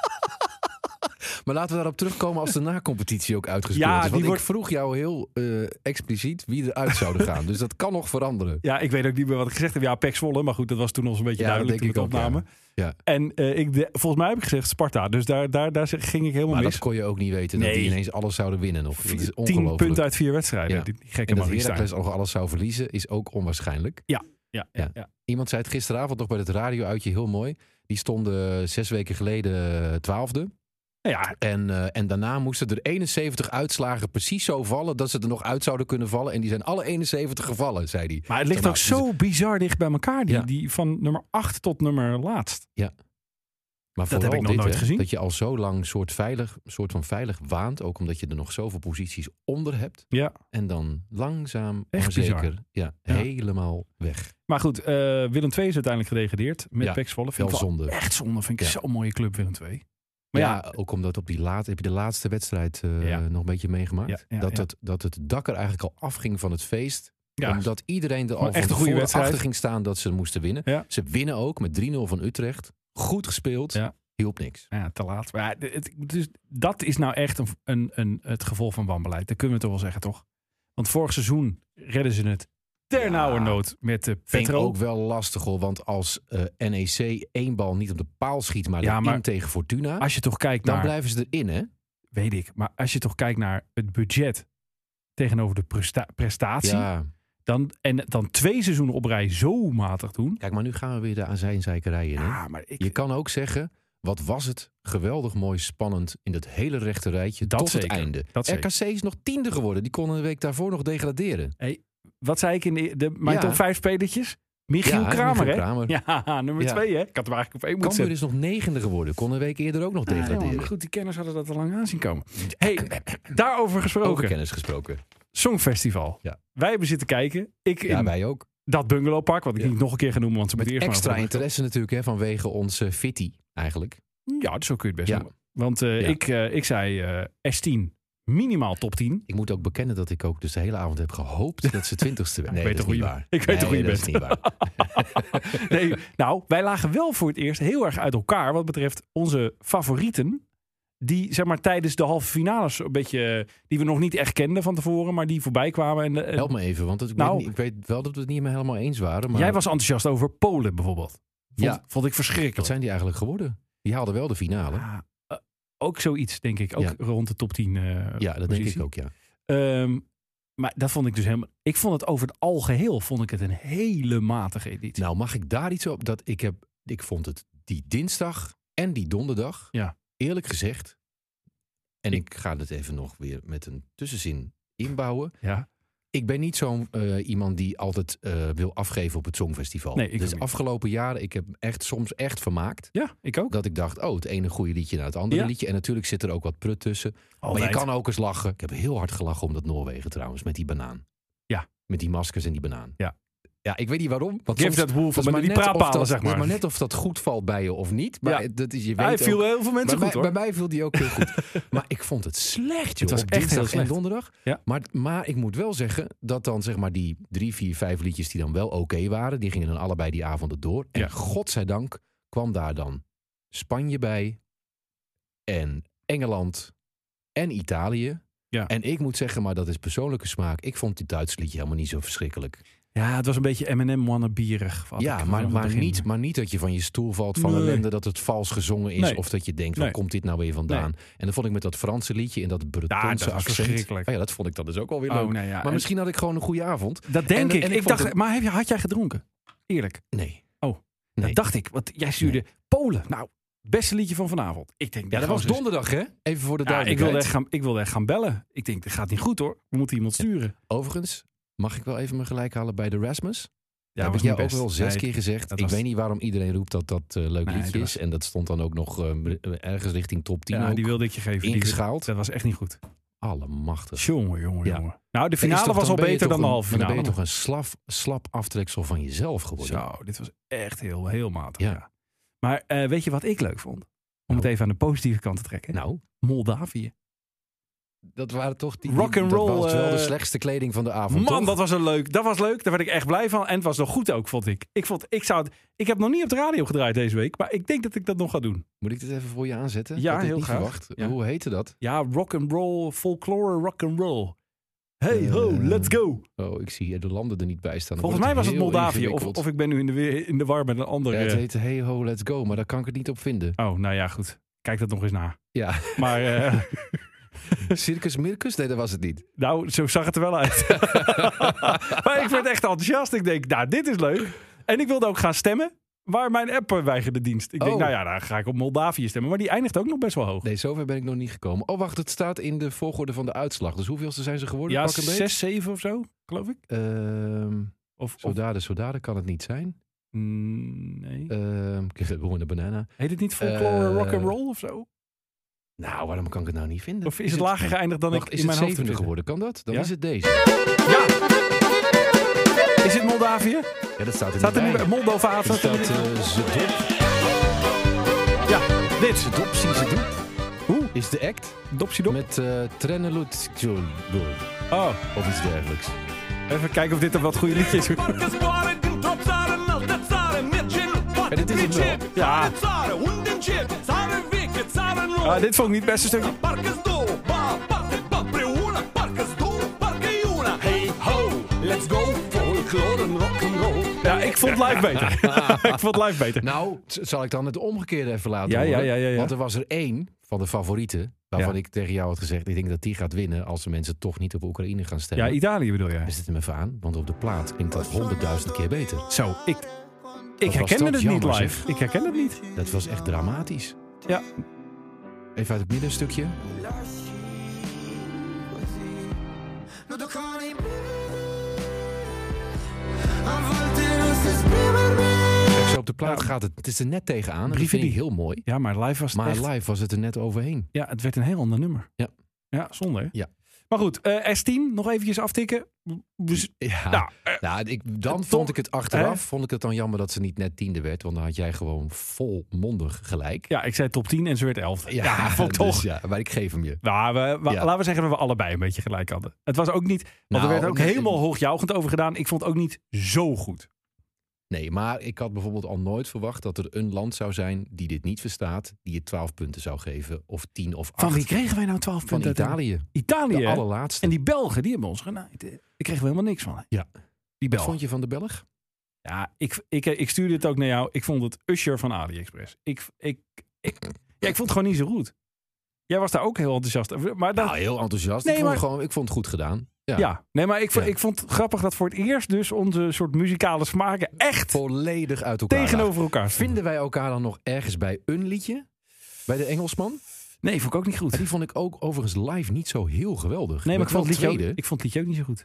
Maar laten we daarop terugkomen als de na-competitie ook uitgespeeld ja, is. Want wordt... ik vroeg jou heel uh, expliciet wie eruit zouden gaan. Dus dat kan nog veranderen. Ja, ik weet ook niet meer wat ik gezegd heb. Ja, P E C Zwolle. Maar goed, dat was toen ons een beetje ja, duidelijk toen we het opnamen. Ja. Ja. En uh, ik de, volgens mij heb ik gezegd Sparta. Dus daar, daar, daar ging ik helemaal maar mis. Dat kon je ook niet weten. Nee. Dat die ineens alles zouden winnen nog. Dat is Tien punten uit vier wedstrijden. Ja. Die, die gekke en dat Heracles ook alles zou verliezen is ook onwaarschijnlijk. Ja. Ja, ja, ja. Ja. Iemand zei het gisteravond nog bij het radio-uitje heel mooi. Die stonden zes weken geleden twaalfde. Ja. En, uh, en daarna moesten er eenenzeventig uitslagen precies zo vallen dat ze er nog uit zouden kunnen vallen. En die zijn alle eenenzeventig gevallen, zei hij. Maar het ligt nou, ook zo dus... bizar dicht bij elkaar. Die, ja. die van nummer acht tot nummer laatst. Ja. Maar dat heb ik nog dit, nooit hè, gezien. Dat je al zo lang soort, veilig, soort van veilig waant. Ook omdat je er nog zoveel posities onder hebt. Ja. En dan langzaam, echt maar zeker, ja, ja, helemaal weg. Maar goed, uh, Willem twee is uiteindelijk gedegradeerd met ja, P E C Zwolle. Wel zonde. Echt zonde, vind ik ja. zo'n mooie club Willem twee. Maar ja, ja, ook omdat op die laatste, heb je de laatste wedstrijd uh, ja. nog een beetje meegemaakt. Ja, ja, dat, ja. Het, dat het dak er eigenlijk al afging van het feest. Ja. Omdat iedereen er al echt van een achter ging staan dat ze moesten winnen. Ja. Ze winnen ook met drie nul van Utrecht. Goed gespeeld. Ja. Hielp niks. Ja, te laat. Maar ja, het, dus dat is nou echt een, een, een, het gevolg van wanbeleid. Dat kunnen we toch wel zeggen, toch? Want vorig seizoen redden ze het ternauwernood met de Vind ik Petro. ook wel lastig hoor. Want als uh, N E C één bal niet op de paal schiet, maar, Ja, erin maar tegen Fortuna, Als je toch kijkt dan naar... blijven ze erin, hè? Weet ik. Maar als je toch kijkt naar het budget tegenover de presta- prestatie... Ja. Dan, en dan twee seizoenen op rij zo matig doen. Kijk, maar nu gaan we weer de azijnzeikerij in. Hè? Ja, maar ik... Je kan ook zeggen, wat was het geweldig mooi spannend in dat hele rechte rijtje Dat tot zeker, het einde. dat R K C is nog tiende geworden. Die konden een week daarvoor nog degraderen. Hey, wat zei ik in de, de, mijn Ja. top vijf spelertjes? Michiel Ja, Kramer, Michiel hè? Kramer. Ja, nummer Ja. twee, hè? Ik had hem eigenlijk op één moeten Cambuur zetten. is nog negende geworden. Kon een week eerder ook nog Ah, degraderen. jongen, maar goed, die kenners hadden dat al lang aanzien komen. Hey, daarover gesproken. Over kennis gesproken. Songfestival. Ja. Wij hebben zitten kijken. Ik Ja, in wij ook. dat bungalowpark, wat ik Ja. niet nog een keer ga noemen, want ze Met moeten eerst extra maar... interesse natuurlijk, hè, vanwege onze fitty eigenlijk. Ja, zo kun je het best Ja. noemen. Want uh, Ja. ik, uh, ik zei uh, S tien, minimaal top tien. Ik moet ook bekennen dat ik ook dus de hele avond heb gehoopt dat ze twintigste werd. ik Nee, weet dat is toch niet hoe je- waar. ik weet toch Nee, hoe je dat is niet waar. Nee, nou, wij lagen wel voor het eerst heel erg uit elkaar wat betreft onze favorieten. Die, zeg maar, tijdens de halve finales een beetje, die we nog niet echt kenden van tevoren, maar die voorbij kwamen. En, de- en Help me even, want het, ik, Nou, weet niet, ik weet wel dat we het niet meer helemaal eens waren. Maar jij was enthousiast over Polen bijvoorbeeld. Vond, Ja. vond ik verschrikkelijk. wat zijn die eigenlijk geworden? Die haalden wel de finale. Ah, uh, ook zoiets, denk ik. Ook Ja. rond de top tien. Uh, ja, dat denk ik ook, ja. Um, maar dat vond ik dus helemaal... Ik vond het over het algeheel vond ik het een hele matige editie. Nou, mag ik daar iets op? Dat ik, heb, ik vond het die dinsdag en die donderdag, Ja. eerlijk gezegd, en Ik- ik ga het even nog weer met een tussenzin inbouwen. Ja. Ik ben niet zo'n uh, iemand die altijd uh, wil afgeven op het Songfestival. Nee, ik ook dus niet. afgelopen jaren, ik heb echt soms echt vermaakt. Ja, ik ook. Dat ik dacht, oh, het ene goede liedje naar het andere Ja. liedje. En natuurlijk zit er ook wat prut tussen. Maar je Altijd. kan ook eens lachen. Ik heb heel hard gelachen om dat Noorwegen trouwens, met die banaan. Ja. Met die maskers en die banaan. Ja. Ja, ik weet niet waarom. Want Give soms- that wolf dat is met die maar net of praappalen, dat- zeg dat is maar. maar net of dat goed valt bij je of niet. Maar Ja. dat is, je Hij weet viel ook, heel veel mensen bij, goed, mij, hoor. bij mij viel die ook heel goed. Maar ik vond het slecht, joh. Het was op echt dinsdag heel slecht. en donderdag. Ja. Maar, maar ik moet wel zeggen dat dan zeg maar die drie, vier, vijf liedjes die dan wel oké waren, die gingen dan allebei die avonden door. En Ja. godzijdank kwam daar dan Spanje bij en Engeland en Italië. Ja. En ik moet zeggen, maar dat is persoonlijke smaak. Ik vond dit Duitse liedje helemaal niet zo verschrikkelijk. Ja, het was een beetje M en M wannabierig. had Ja, ik maar, vanaf het maar, begin. niet, maar niet dat je van je stoel valt van Nee. ellende dat het vals gezongen is. Nee. Of dat je denkt, Nee. waar komt dit nou weer vandaan? En dat vond ik met dat Franse liedje en dat Ja, Bretonse dat was accent. verschrikkelijk. Oh ja, dat vond ik dan dus ook alweer Oh, leuk. nee, ja. Maar En- misschien had ik gewoon een goede avond. Dat denk En- ik. en ik ik vond dacht, het- maar heb je, had jij gedronken? Eerlijk. Nee. Oh, Nee. dat dacht ik. Want jij stuurde Polen. Nou, beste liedje van vanavond. Ik denk, Ja, dat was donderdag, hè? Even voor de Ja, ik, duidelijkheid. wilde echt gaan, ik wilde echt gaan bellen. Ik denk, dat gaat niet goed hoor. We moeten iemand sturen. Overigens, mag ik wel even mijn gelijk halen bij de Rasmus? Ja, heb was ik jou niet ook best. wel zes Nee, keer gezegd. dat Ik was- weet niet waarom iedereen roept dat dat uh, leuk Nee, liedje dat is. was- En dat stond dan ook nog uh, ergens richting top tien Ja, ook die wilde ik je geven. Die- ingeschaald. Dat was echt niet goed. Allemachtig. Jongen, jongen, Ja. jongen. Nou, de Is finale toch- was al ben je beter toch dan de een- halve maar Dan finale. ben je toch een slaf, slap aftreksel van jezelf geworden. Zo, dit was echt heel, heel matig. Ja. Ja. Maar eh, weet je wat ik leuk vond? Om Nou. het even aan de positieve kant te trekken. Nou, Moldavië. dat waren toch die... Rock and dat roll, was wel de eh, slechtste kleding van de avond, Man, toch? dat was een leuk. Dat was leuk. Daar werd ik echt blij van. En het was nog goed ook, vond ik. Ik, vond, ik, zou het, ik heb nog niet op de radio gedraaid deze week. Maar ik denk dat ik dat nog ga doen. Moet ik dit even voor je aanzetten? Ja, Had ik heel niet graag. verwacht. Ja. Hoe heette dat? Ja, rock and roll, folklore rock and roll. Hey Eh, ho, let's go. Oh, ik zie hier de landen er niet bij staan. Dan Volgens wordt mij was het heel Moldavië. Of, ingewikkeld. of ik ben nu in de, weer- in de war met een andere. Ja, het heet Hey Ho, Let's Go, maar daar kan ik het niet op vinden. Oh, nou ja, goed. Kijk dat nog eens na. Ja. Maar eh, Circus Mircus? Nee, dat was het niet. nou, zo zag het er wel uit. Maar ik werd echt enthousiast. Ik denk, nou, dit is leuk. En ik wilde ook gaan stemmen. Waar mijn app weigerde dienst. Ik denk, Oh. nou ja, dan ga ik op Moldavië stemmen. Maar die eindigt ook nog best wel hoog. Nee, zover ben ik nog niet gekomen. Oh, wacht, het staat in de volgorde van de uitslag. Dus hoeveelste zijn ze geworden? Ja, Pak een beet. zes, zeven of zo, geloof ik. Ehm Of, of Zodade, Zodade kan het niet zijn. mm, nee. Ehm Gewoon een banana. Heet het niet folklore eh, rock and roll of zo? Nou, waarom kan ik het nou niet vinden? Of is het lager geëindigd dan Wacht, ik is in het mijn hoofd zevende heb geworden? Kan dat? Dan Ja? is het deze. zitten? Ja! Is het Moldavië? Ja, dat staat er Staat er niet nu bij. bij Moldova? Er staat uh, Zedop. Ja, dit. Zedop, zie Zedop. Hoe? Is de act. Dopsiedop. Met uh, Trenelut. Oh, Of iets dergelijks. even kijken of dit een wat goede liedje is. En dit is het wel. Ja. Ah, dit vond ik niet het beste stukje. Hey ho, let's go, folklore en rock'n'roll. Ja, ik vond live beter. ik vond live beter. Nou, z- zal ik dan het omgekeerde even laten Ja, ja, horen? ja, ja, ja. Want er was er één van de favorieten... waarvan Ja. ik tegen jou had gezegd... ik denk dat die gaat winnen als de mensen toch niet op Oekraïne gaan stemmen. Ja, Italië bedoel jij? We zitten hem even aan, want op de plaat klinkt dat honderdduizend keer beter. Zo, ik, ik was herkende dat het jammer, niet live. zeg. Ik herken het niet. Dat was echt dramatisch. Ja. Even uit het middenstukje. Kijk, zo op de plaat Ja. gaat het. Het is er net tegenaan. En dat Brieven vind ik die- heel mooi. Ja, maar live was het Maar echt... live was het er net overheen. Ja, het werd een heel ander nummer. Ja. Ja, zonde hè? Ja. Maar goed, eh, S tien, nog eventjes aftikken. Dus, Ja, nou, eh, nou, ik, dan het vond toch- ik het achteraf hè? vond ik het dan jammer dat ze niet net tiende werd. Want dan had jij gewoon volmondig gelijk. ja, ik zei top tien en ze werd elf. Ja, vond ik dus toch. ja, maar ik geef hem je. Nou, we, we- Ja. laten we zeggen dat we allebei een beetje gelijk hadden. Het was ook niet... Want Nou, er werd ook nee, helemaal hoogjuichend over gedaan. Ik vond het ook niet zo goed. Nee, maar ik had bijvoorbeeld al nooit verwacht dat er een land zou zijn die dit niet verstaat, die je twaalf punten zou geven, of tien of acht. Van wie kregen wij nou twaalf Van punten? Italië. Italië, De hè? allerlaatste. En die Belgen, die hebben ons genaaid. Daar kregen we helemaal niks van. Hè? Ja. Die Wat Belgen. vond je van de Belg? Ja, ik, ik, ik stuurde het ook naar jou. Ik vond het Usher van AliExpress. Ik, ik, ik, ja, ik vond het gewoon niet zo goed. Jij was daar ook heel enthousiast over. Maar dan, Nou, heel enthousiast. Nee, ik, vond maar- het gewoon, ik vond het goed gedaan. Ja. ja, nee, maar ik, vond- Ja. ik vond het grappig dat voor het eerst dus onze soort muzikale smaken echt Volledig uit elkaar. tegenover elkaar lagen. stonden. Vinden wij elkaar dan nog ergens bij een liedje? Bij de Engelsman? Nee, vond ik ook niet goed. Maar die vond ik ook overigens live niet zo heel geweldig. Nee, maar ik Werd vond, het wel liedje ook, tweede. ik vond het liedje ook niet zo goed.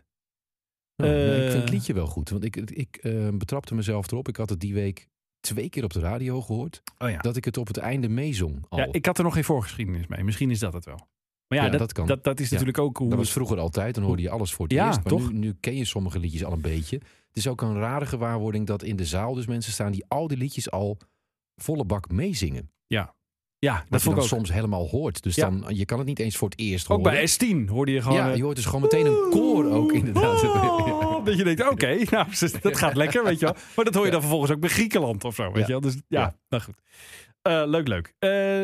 Oh, nee, ik Eh, vind het liedje wel goed. Want ik, ik eh, betrapte mezelf erop. Ik had het die week twee keer op de radio gehoord. Oh ja. Dat ik het op het einde meezong al. Ja, ik had er nog geen voorgeschiedenis mee. Misschien is dat het wel. Maar ja, Ja, dat, dat kan. Dat, dat is Ja. natuurlijk ook hoe... Dat was het- vroeger altijd. Dan hoorde je alles voor het Ja, eerst. Maar toch? Nu, nu ken je sommige liedjes al een beetje. Het is ook een rare gewaarwording dat in de zaal dus mensen staan die al die liedjes al volle bak meezingen. ja, dat Dat je vond dan ik ook. soms helemaal hoort. Dus Ja. dan, je kan het niet eens voor het eerst Ook horen. bij S tien hoorde je gewoon... Ja, eh, je hoort dus gewoon meteen een koor ook inderdaad. Oh, dat je denkt, oké, nou, dat gaat lekker, weet je wel. Maar dat hoor je dan vervolgens ook bij Griekenland of zo, weet Ja. je wel. Dus ja, Ja. nou goed. Eh, leuk, leuk.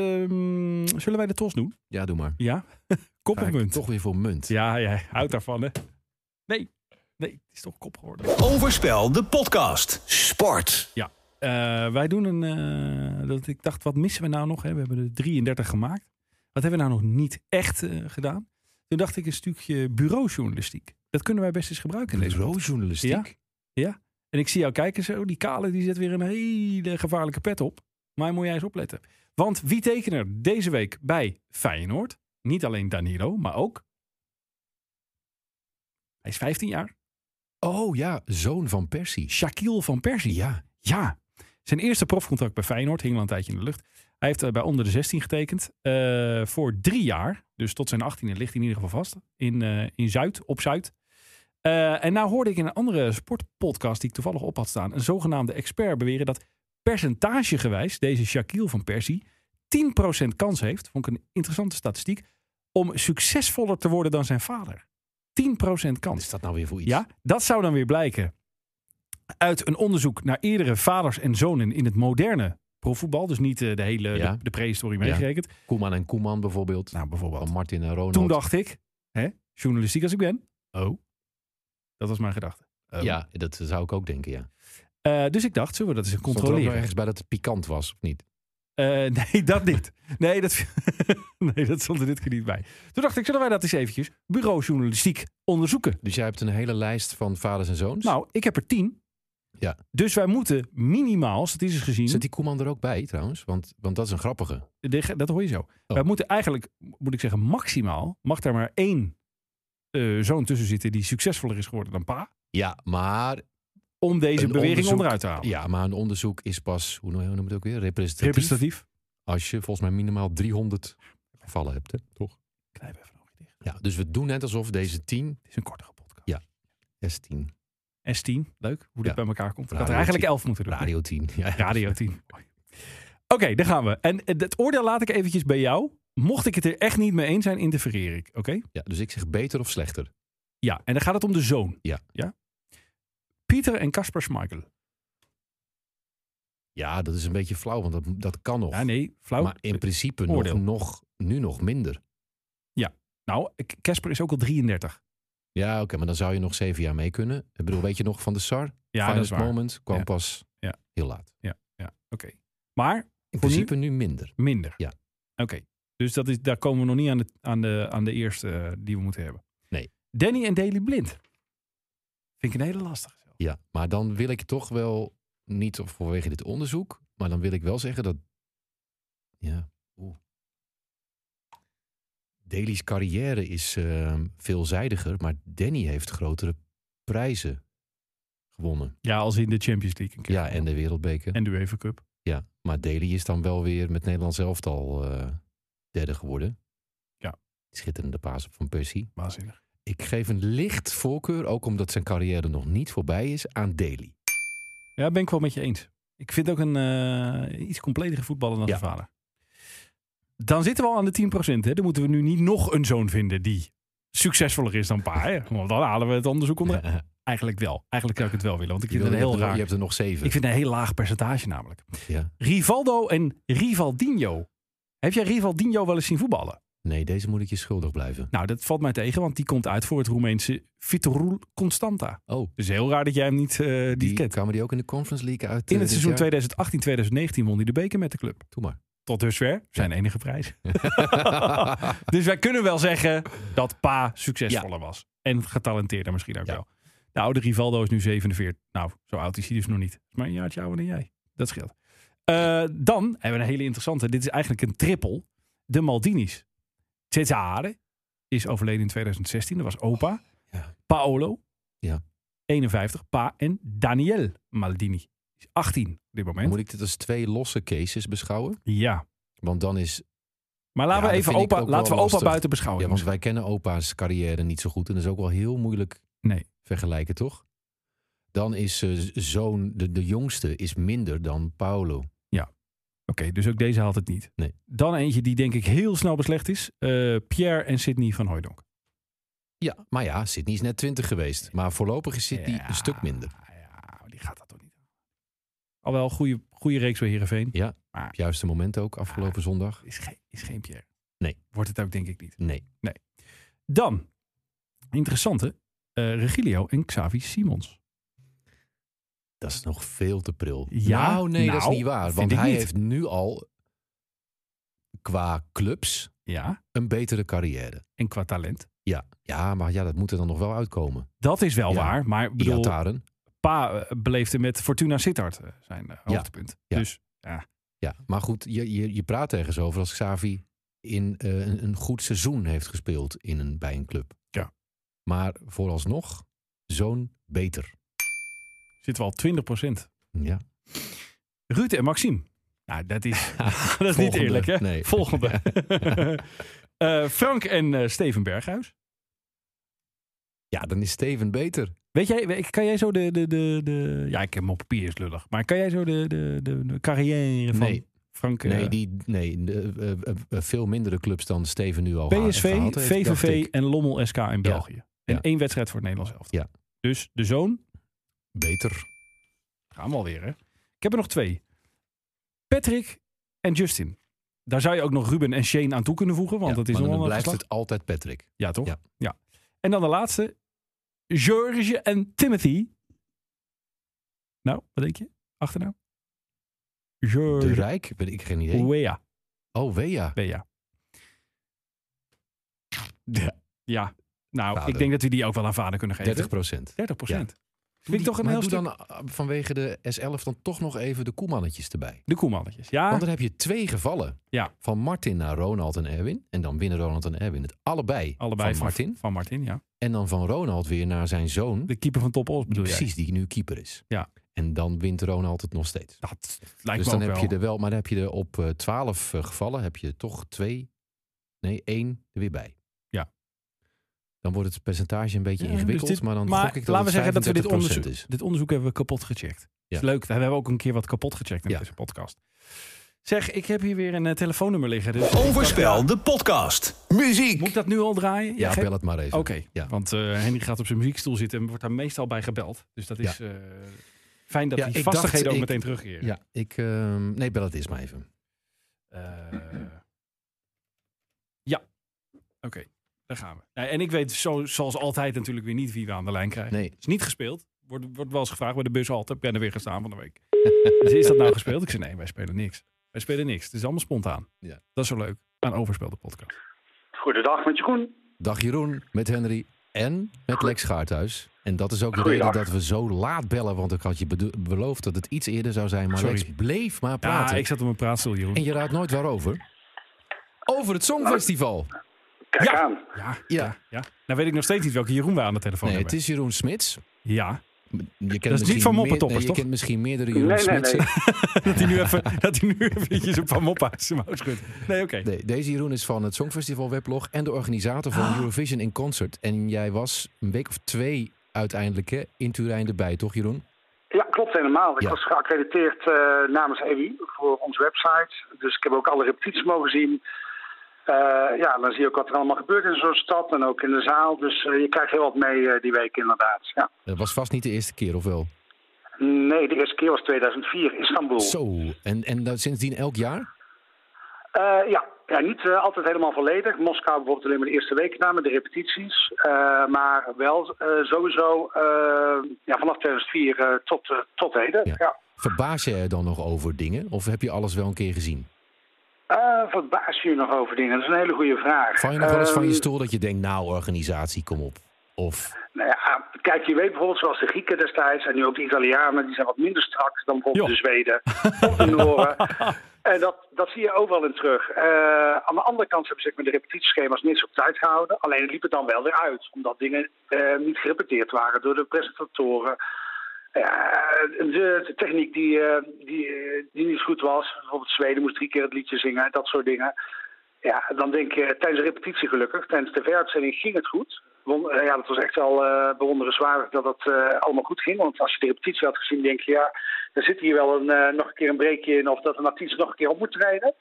Ehm, zullen wij de tos doen? Ja, doe maar. Ja? Kop Ga of ik munt? toch weer voor munt. Ja, jij houdt daarvan, hè? Nee, nee, het is toch kop geworden. Overspel, de podcast. Sport. Eh, wij doen een... eh, dat ik dacht, wat missen we nou nog? Hè? We hebben er drieëndertig gemaakt. Wat hebben we nou nog niet echt eh, gedaan? Toen dacht ik een stukje bureaujournalistiek. Dat kunnen wij best eens gebruiken in deze podcast. Bureaujournalistiek. Ja. En ik zie jou kijken zo. Die Kale die zet weer een hele gevaarlijke pet op. Maar moet jij eens opletten. Want wie tekent er deze week bij Feyenoord? Niet alleen Danilo, maar ook... Hij is vijftien jaar. Oh ja, zoon van Persie. Shaquille van Persie. Ja. Ja. Zijn eerste profcontract bij Feyenoord hing al een tijdje in de lucht. Hij heeft eh, bij onder de zestien getekend. eh, voor drie jaar. Dus tot zijn achttiende ligt hij in ieder geval vast. In, eh, in Zuid, op Zuid. Eh, en nou hoorde ik in een andere sportpodcast die ik toevallig op had staan. Een zogenaamde expert beweren dat percentagegewijs deze Shaquille van Persie tien procent kans heeft. Vond ik een interessante statistiek. Om succesvoller te worden dan zijn vader. tien procent Wat kans. is dat nou weer voor iets? Ja, dat zou dan weer blijken uit een onderzoek naar eerdere vaders en zonen in het moderne profvoetbal. Dus niet eh, de hele Ja. de, de prehistorie Ja. meegerekend. Koeman en Koeman bijvoorbeeld. Nou, bijvoorbeeld. Van Martin en Ronald. Toen dacht ik, hè, journalistiek als ik ben. Oh. Dat was mijn gedachte. Oh. Ja, dat zou ik ook denken, ja. Eh, dus ik dacht, zullen we dat eens Stond er ook nog controleren? ergens bij dat het pikant was, of niet? Eh, nee, dat niet. Nee dat, nee, dat stond er dit keer niet bij. Toen dacht ik, zullen wij dat eens eventjes bureaujournalistiek onderzoeken? Dus jij hebt een hele lijst van vaders en zoons? Nou, ik heb er tien. Ja. Dus wij moeten minimaal, statistisch gezien... Zit die Koeman er ook bij trouwens? Want, want dat is een grappige. De- Dat hoor je zo. Oh. Wij moeten eigenlijk, moet ik zeggen, maximaal mag daar maar één eh, zoon tussen zitten die succesvoller is geworden dan pa. Ja, maar... Om deze een beweging onderzoek- onderuit te halen. Ja, maar een onderzoek is pas, hoe noem je het ook weer? Representatief. Representatief. Als je volgens mij minimaal driehonderd gevallen hebt, hè? Toch? Knijp even een oogje dicht. Ja, dus we doen net alsof deze tien, Het is een kortere podcast. Ja. S tien, S tien, leuk hoe dit Ja. bij elkaar komt. Ik had Radio er eigenlijk tien. elf moeten doen. Radio tien. Ja. Radio tien. Oké, daar gaan we. En het oordeel laat ik eventjes bij jou. Mocht ik het er echt niet mee eens zijn, interfereer ik. Oké? Ja, dus ik zeg beter of slechter. Ja, en dan gaat het om de zoon. Ja. ja? Pieter en Kasper Schmeichel. Ja, dat is een beetje flauw, want dat, dat kan nog. Ja, nee, flauw. Maar in principe nog, Oordeel. nog, nu nog minder. Nou, Casper is ook al drieëndertig. Ja, oké, okay, maar dan zou je nog zeven jaar mee kunnen. Ik bedoel, weet je nog van de S A R? Ja, Finest dat is waar. Moment kwam Ja. pas Ja. heel laat. Ja, ja, oké. Okay. Maar In voor principe nu, minder. minder. Ja. Oké. Okay. Dus dat is, daar komen we nog niet aan de, aan de, aan de eerste uh, die we moeten hebben. Nee. Danny en Daley Blind. Vind ik een hele lastige. Zelf. Ja, maar dan wil ik toch wel, niet vanwege dit onderzoek, maar dan wil ik wel zeggen dat, ja, oeh. Daley's carrière is uh, veelzijdiger, maar Danny heeft grotere prijzen gewonnen. Ja, als in de Champions League. Een keer Ja, en de Wereldbeker. En de UEFA Cup. Ja, maar Daley is dan wel weer met Nederlands elftal uh, derde geworden. Ja. Schitterende paas op Van Persie. Waanzinnig. Ik geef een licht voorkeur, ook omdat zijn carrière nog niet voorbij is, aan Daley. Ja, ben ik wel met je eens. Ik vind ook een uh, iets completere voetballer dan ja. zijn vader. Dan zitten we al aan de tien procent. Hè? Dan moeten we nu niet nog een zoon vinden die succesvoller is dan pa. Hè? Want dan halen we het onderzoek onder. Ja. Eigenlijk wel. Eigenlijk zou ik het wel willen. Want ik vind wil, het een heel je raar. Je hebt er nog zeven. Ik vind het een heel laag percentage namelijk. Ja. Rivaldo en Rivaldinho. Heb jij Rivaldinho wel eens zien voetballen? Nee, deze moet ik je schuldig blijven. Nou, dat valt mij tegen, want die komt uit voor het Roemeense Viitorul Constanta. Oh. Dus heel raar dat jij hem niet, uh, niet die kent. Kwamen die ook in de Conference League uit? In het seizoen twintig achttien twintig negentien won hij de beker met de club. Doe maar. Tot dusver zijn ja. enige prijs. Dus wij kunnen wel zeggen dat pa succesvoller ja. was. En getalenteerder misschien ook ja. wel. De oude Rivaldo is nu zevenenveertig. Nou, zo oud is hij dus nog niet. Maar een jaartje ouder dan jij. Dat scheelt. Uh, dan hebben we een hele interessante. Dit is eigenlijk een triple. De Maldinis. Cesare is overleden in twintig zestien. Dat was opa. Ja. Paolo. Ja. eenenvijftig. Pa en Daniel Maldini. Is achttien op dit moment. Moet ik dit als twee losse cases beschouwen? Ja. Want dan is... Maar laten ja, we even opa, laten we opa lastig. buiten beschouwen. Ja, want wij kennen opa's carrière niet zo goed. En dat is ook wel heel moeilijk nee. vergelijken, toch? Dan is uh, zoon, de, de jongste, is minder dan Paolo. Ja. Oké, okay, dus ook deze haalt het niet. Nee. Dan eentje die denk ik heel snel beslecht is. Uh, Pierre en Sidney van Hooijdonk. Ja, maar ja, Sidney is net twintig geweest. Maar voorlopig is Sidney ja, een stuk minder. Ja, die gaat dat toch niet. Al wel goede, goede reeks bij Heerenveen. Ja, maar, op juiste moment ook, afgelopen ah, zondag. Is geen, is geen Pierre. Nee. Wordt het ook denk ik niet. Nee. nee. Dan, interessante, uh, Regilio en Xavi Simons. Dat is nog veel te pril. Ja, nou, nee, nou, dat is niet waar. Want hij niet. heeft nu al qua clubs ja. een betere carrière. En qua talent. Ja, ja, maar ja, dat moet er dan nog wel uitkomen. Dat is wel ja. waar. Maar bedoel, Iataren. Pa beleefde met Fortuna Sittard zijn uh, hoogtepunt. Ja. Dus, ja. ja, maar goed, je, je, je praat ergens over als Xavi in uh, een, een goed seizoen heeft gespeeld in een, bij een club. Ja. Maar vooralsnog, zo'n beter. Zitten we al twintig procent. Ja. Ruud en Maxime. Nou, dat is, dat is niet eerlijk, hè? Nee. Volgende. uh, Frank en uh, Steven Berghuis. Ja, dan is Steven beter. Weet jij, kan jij zo de, de, de, de... Ja, ik heb hem op papier is lullig. Maar kan jij zo de, de, de, de carrière van nee. Frank... Nee, uh, die, nee de, uh, uh, veel mindere clubs dan Steven nu al P S V, gehaald heeft. V V V en Lommel S K in België. Ja. En ja. één wedstrijd voor het Nederlands elftal. Ja. Dus de zoon... Beter. Gaan we alweer, hè? Ik heb er nog twee. Patrick en Justin. Daar zou je ook nog Ruben en Shane aan toe kunnen voegen. Want ja, dat is maar nog dan wel blijft geslacht. het altijd Patrick. Ja, toch? Ja. ja. En dan de laatste. George en Timothy. Nou, wat denk je? Achternaam? George. De Rijk? Ben ik geen idee. Wea. Oh, Wea. Wea. Ja. ja. Nou, vader. Ik denk dat we die ook wel aan vader kunnen geven. dertig procent. dertig procent. Ja. Vind ik toch een maar heel doe stuk... dan vanwege de S elf dan toch nog even de koemannetjes erbij. De koemannetjes, ja. Want dan heb je twee gevallen. Ja. Van Martin naar Ronald en Erwin. En dan winnen Ronald en Erwin het allebei, allebei van Martin. Van, van Martin, ja. En dan van Ronald weer naar zijn zoon. De keeper van Top Os bedoel jij? Precies, die nu keeper is. Ja. En dan wint Ronald het nog steeds. Dat lijkt dus me dan ook heb wel. je er wel, maar dan heb je er op twaalf uh, gevallen heb je toch twee, nee één er weer bij. Ja. Dan wordt het percentage een beetje ja, ingewikkeld, dus dit, maar dan maar gok ik dat laten we zeggen dat we dit onderzoek, is. dit onderzoek hebben we kapot gecheckt. Ja. Is leuk. We hebben ook een keer wat kapot gecheckt in ja. deze podcast. Zeg, ik heb hier weer een uh, telefoonnummer liggen. Dus Overspel, de podcast. Muziek. Moet ik dat nu al draaien? Ja, ja bel het maar even. Oké, okay. ja. want uh, Henry gaat op zijn muziekstoel zitten en wordt daar meestal bij gebeld. Dus dat is... Ja. Uh, Fijn dat Ja, die ik vastigheden dacht, ook ik- meteen terugkeren. Ja, ik... ehm, nee, bel het eens maar even. Eh, ja, oké, daar gaan we. Ja, en ik weet zo, zoals altijd natuurlijk weer niet wie we aan de lijn krijgen. Nee. Het is niet gespeeld. Wordt, wordt wel eens gevraagd bij de bushalte. Ik ben er weer gestaan van de week. Dus is dat nou gespeeld? Ik zei nee, wij spelen niks. Wij spelen niks. Het is allemaal spontaan. Ja. Dat is zo leuk aan Overspel de podcast. Goedendag met Jeroen. Dag Jeroen, met Henry en met Lex Gaarthuis. En dat is ook de Goeiedag. reden dat we zo laat bellen. Want ik had je bedo- beloofd dat het iets eerder zou zijn. Maar Sorry. Lex bleef maar praten. Ja, ik zat op mijn praatstoel, Jeroen. En je raadt nooit waarover. Over het Songfestival. Kijk Ja. aan. Ja, Ja. ja, ja. Nou weet ik nog steeds niet welke Jeroen we aan de telefoon Nee, het hebben. is Jeroen Smits. Ja, Je kent Dat is niet misschien van meer- Moppetoppers, nee, je toch? kent misschien meerdere Jeroen Nee, nee, Smitsen. nee. dat hij nu even, dat hij nu eventjes een paar moppen uit zijn mouw schudt. Nee, oké. Nee, deze Jeroen is van het Songfestival weblog en de organisator van Eurovision in Concert. En jij was een week of twee uiteindelijk hè, in Turijn erbij, toch Jeroen? Ja, klopt helemaal. Ik Ja. was geaccrediteerd eh, namens E W I voor onze website. Dus ik heb ook alle repetities mogen zien. Eh, ja, dan zie je ook wat er allemaal gebeurt in zo'n stad en ook in de zaal. Dus eh, je krijgt heel wat mee eh, die week inderdaad. Ja. Dat was vast niet de eerste keer, of wel? Nee, de eerste keer was tweeduizend vier, Istanbul. Zo, en, en dat sindsdien elk jaar? Eh, ja. ja, niet eh, altijd helemaal volledig. Moskou bijvoorbeeld alleen maar de eerste week na met de repetities. Eh, maar wel eh, sowieso eh, ja, vanaf tweeduizend vier eh, tot, eh, tot heden. Ja. Ja. Verbaas je er dan nog over dingen? Of heb je alles wel een keer gezien? Eh, verbaas je je nog over dingen? Dat is een hele goede vraag. Val je nog wel eens van je Ehm, stoel dat je denkt, nou organisatie, kom op. Of, Nou ja, kijk, je weet bijvoorbeeld zoals de Grieken destijds en nu ook de Italianen, die zijn wat minder strak dan bijvoorbeeld Jo. de Zweden of de Noren. En dat, dat zie je overal in terug. Eh, aan de andere kant hebben ze zich met de repetitieschema's niet zo op tijd gehouden. Alleen het liep het dan wel weer uit, omdat dingen eh, niet gerepeteerd waren door de presentatoren. Ja, de, de techniek die, eh, die, eh, die niet goed was. Bijvoorbeeld Zweden moest drie keer het liedje zingen, dat soort dingen. Ja, dan denk je, tijdens de repetitie gelukkig, tijdens de tv-uitzending ging het goed. Won- uh, ja, dat was echt wel uh, bewonderenswaardig dat het uh, allemaal goed ging. Want als je de repetitie had gezien, denk je, ja, er zit hier wel een, uh, nog een keer een breekje in of dat een artiest nog een keer op moet treden.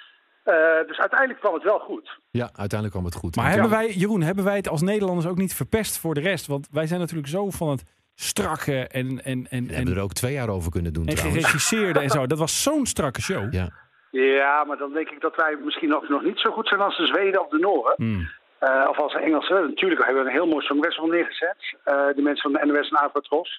Uh, dus uiteindelijk kwam het wel goed. ja, uiteindelijk kwam het goed. Maar Want- hebben wij, Jeroen, hebben wij het als Nederlanders ook niet verpest voor de rest? Want wij zijn natuurlijk zo van het strakke en, en, en, We hebben en, er ook twee jaar over kunnen doen en trouwens. geregisseerde en zo. Dat was zo'n strakke show. Ja. Ja, maar dan denk ik dat wij misschien nog, nog niet zo goed zijn als de Zweden of de Noren. Hmm. Uh, of als de Engelsen. Natuurlijk hebben we een heel mooi songfestival neergezet. Uh, de mensen van de N O S en Avatros.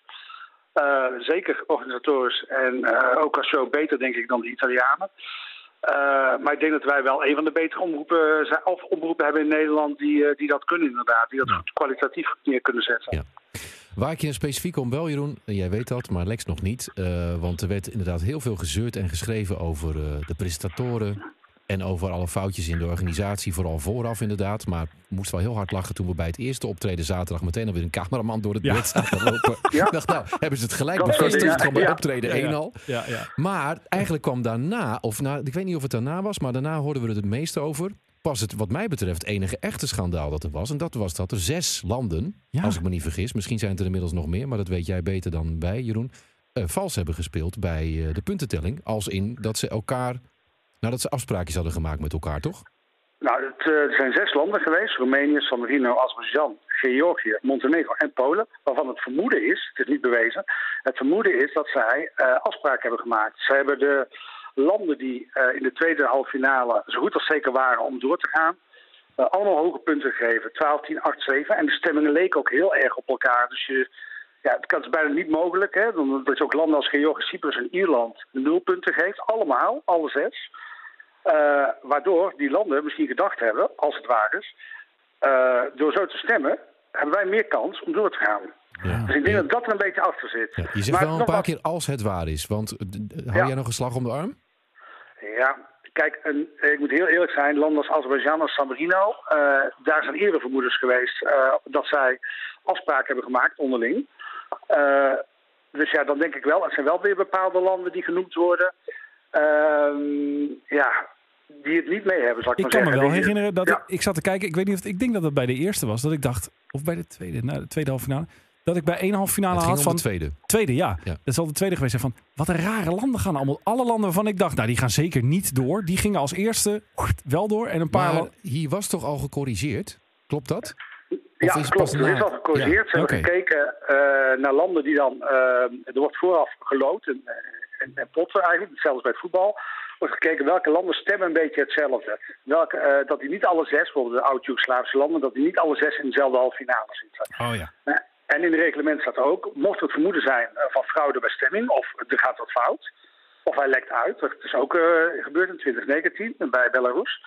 Uh, zeker organisators en uh, ook als show beter denk ik dan de Italianen. Uh, maar ik denk dat wij wel een van de betere omroepen, zijn, of omroepen hebben in Nederland die, uh, die dat kunnen inderdaad. Die dat Ja. goed kwalitatief neer kunnen zetten. Ja. Waar ik je specifiek om bel, Jeroen, jij weet dat, maar Lex nog niet. Uh, want er werd inderdaad heel veel gezeurd en geschreven over uh, de presentatoren. En over alle foutjes in de organisatie, vooral vooraf inderdaad. Maar ik moest wel heel hard lachen toen we bij het eerste optreden zaterdag meteen alweer een cameraman door het Ja. beeld zaten lopen. Ja. Ik dacht, nou, hebben ze het gelijk Dat soort bevestigd, dingen, gewoon bij ja. optreden Ja, ja. één al. Ja, ja. Maar eigenlijk kwam daarna, of nou, ik weet niet of het daarna was, maar daarna hoorden we er het meest over. Pas het, wat mij betreft, enige echte schandaal dat er was. En dat was dat er zes landen, Ja. als ik me niet vergis, misschien zijn het er inmiddels nog meer, maar dat weet jij beter dan wij, Jeroen, uh, vals hebben gespeeld bij uh, de puntentelling. Als in dat ze elkaar, nou dat ze afspraakjes hadden gemaakt met elkaar, toch? Nou, het, uh, er zijn zes landen geweest. Roemenië, San Marino, Azerbeidzjan, Georgië, Montenegro en Polen. Waarvan het vermoeden is, het is niet bewezen, het vermoeden is dat zij uh, afspraken hebben gemaakt. Ze hebben de landen die uh, in de tweede halve finale zo goed als zeker waren om door te gaan, uh, allemaal hoge punten gegeven. twaalf, tien, acht, zeven. En de stemmingen leken ook heel erg op elkaar. Dus je, ja, het kan- het is bijna niet mogelijk. Hè? Dat je ook landen als Georgië, Cyprus en Ierland nul punten geeft. Allemaal, alle zes. Uh, waardoor die landen misschien gedacht hebben, als het waar is, uh, door zo te stemmen, hebben wij meer kans om door te gaan. Ja. Dus ik denk dat dat er een beetje achter zit. Ja, je zegt Maar wel een nog paar wat- keer als het waar is, want uh, d- hou Ja. jij nog een slag om de arm? Ja, kijk, een, ik moet heel eerlijk zijn, landen als Azerbeidzjan en San Marino, uh, daar zijn eerder vermoedens geweest uh, dat zij afspraken hebben gemaakt onderling. Uh, dus ja, dan denk ik wel, het zijn wel weer bepaalde landen die genoemd worden. Uh, ja, die het niet mee hebben, zal ik, Ik maar kan me zeggen. wel Die- herinneren dat ja. ik, ik zat te kijken. Ik weet niet of het, ik denk dat het bij de eerste was. Dat ik dacht, of bij de tweede, nou, de tweede halve finale. Dat ik bij één halve finale Het ging had om van de tweede. tweede, ja. Ja. Dat zal de tweede geweest zijn van wat een rare landen gaan allemaal. Alle landen waarvan ik dacht, nou die gaan zeker niet door. Die gingen als eerste wel door en een paar Maar landen. hier was toch al gecorrigeerd? Klopt dat? Of Ja, is het klopt. pas Er na- is al gecorrigeerd. Ze Ja, hebben oké. gekeken uh, naar landen die dan... Uh, er wordt vooraf geloot en, en, en potten eigenlijk, hetzelfde als bij het voetbal. Er wordt gekeken welke landen stemmen een beetje hetzelfde. Welke, uh, dat die niet alle zes, bijvoorbeeld de oud-Joegoslavische landen, dat die niet alle zes in dezelfde halve finale zitten. Oh ja. Uh, en in het reglement staat ook, mocht het vermoeden zijn uh, van fraude bij stemming, of er gaat wat fout, of hij lekt uit. Dat is ook uh, gebeurd in twintig negentien bij Belarus.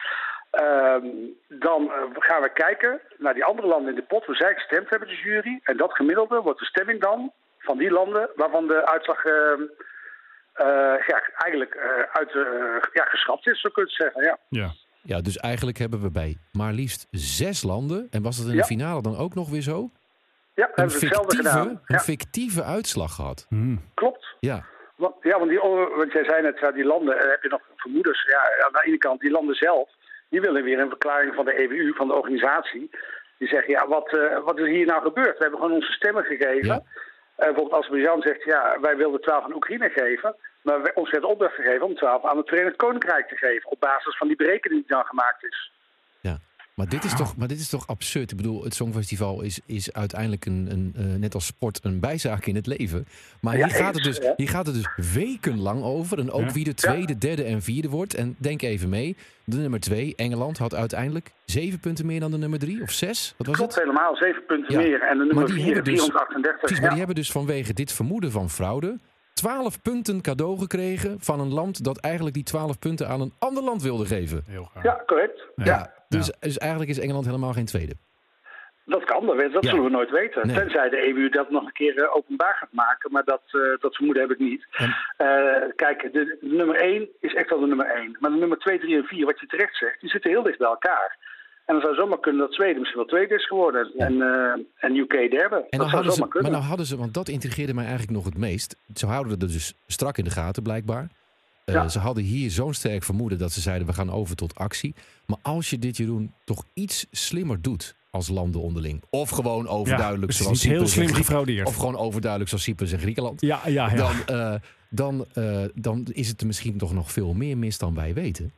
Um, dan uh, gaan we kijken naar die andere landen in de pot waar zij gestemd hebben, de jury. En dat gemiddelde wordt de stemming dan van die landen waarvan de uitslag uh, uh, ja, eigenlijk uh, uit, uh, ja, geschrapt is, zo kun je het zeggen. Ja. Ja. Ja, dus eigenlijk hebben we bij maar liefst zes landen... en was dat in de Ja. finale dan ook nog weer zo? Ja, Een hebben ze hetzelfde fictieve, gedaan. een Ja, fictieve uitslag gehad. Hmm. klopt. Ja, Want, ja, want, die, want jij zei net, ja, die landen, uh, heb je nog vermoedens. Ja, aan de ene kant, die landen zelf, die willen weer een verklaring van de E W U, van de organisatie. Die zeggen, ja, wat, uh, wat is hier nou gebeurd? We hebben gewoon onze stemmen gegeven. Ja. Uh, bijvoorbeeld Azerbeidzjan zegt, ja, wij wilden twaalf aan Oekraïne geven. Maar wij, ons werd opdracht gegeven om twaalf aan het Verenigd Koninkrijk te geven. Op basis van die berekening die dan gemaakt is. ja. Maar dit is toch, maar dit is toch absurd? Ik bedoel, het Songfestival is, is uiteindelijk een, een uh, net als sport een bijzaak in het leven. Maar Ja, hier, gaat het eens, dus, ja. hier gaat het dus wekenlang over. En ook Ja. wie de tweede, derde en vierde wordt. En denk even mee, de nummer twee, Engeland, had uiteindelijk zeven punten meer dan de nummer drie. Of zes? Wat was Klopt het? helemaal, zeven punten Ja. meer. En de Maar nummer die vier, hebben dus- vierhonderdachtendertig. Precies, maar ja. die hebben dus vanwege dit vermoeden van fraude... twaalf punten cadeau gekregen van een land dat eigenlijk die twaalf punten aan een ander land wilde geven. Heel gaar. Ja, correct. Ja. Ja. Dus, dus eigenlijk is Engeland helemaal geen tweede. Dat kan, dat, weet- dat Ja. zullen we nooit weten. Nee. Tenzij de E W U dat nog een keer uh, openbaar gaat maken. Maar dat, uh, dat vermoeden heb ik niet. En- Uh, kijk, de, de nummer één is echt wel de nummer één. Maar de nummer twee, drie en vier, wat je terecht zegt, die zitten heel dicht bij elkaar. En dan zou zomaar kunnen dat Zweden misschien wel tweede is geworden. En, uh, en U K derde. En dat dan zou hadden ze, zomaar maar kunnen. nou hadden ze, want dat intrigeerde mij eigenlijk nog het meest. Ze houden het dus strak in de gaten blijkbaar. Uh, Ja. Ze hadden hier zo'n sterk vermoeden dat ze zeiden we gaan over tot actie. Maar als je dit, Jeroen, toch iets slimmer doet als landen onderling. Of gewoon overduidelijk Ja, zoals precies, heel Cyprus en slim Griek- gefraudeerd. Of gewoon overduidelijk zoals Cyprus en Griekenland. Ja, ja, ja. Dan, uh, dan, uh, dan is het er misschien toch nog veel meer mis dan wij weten.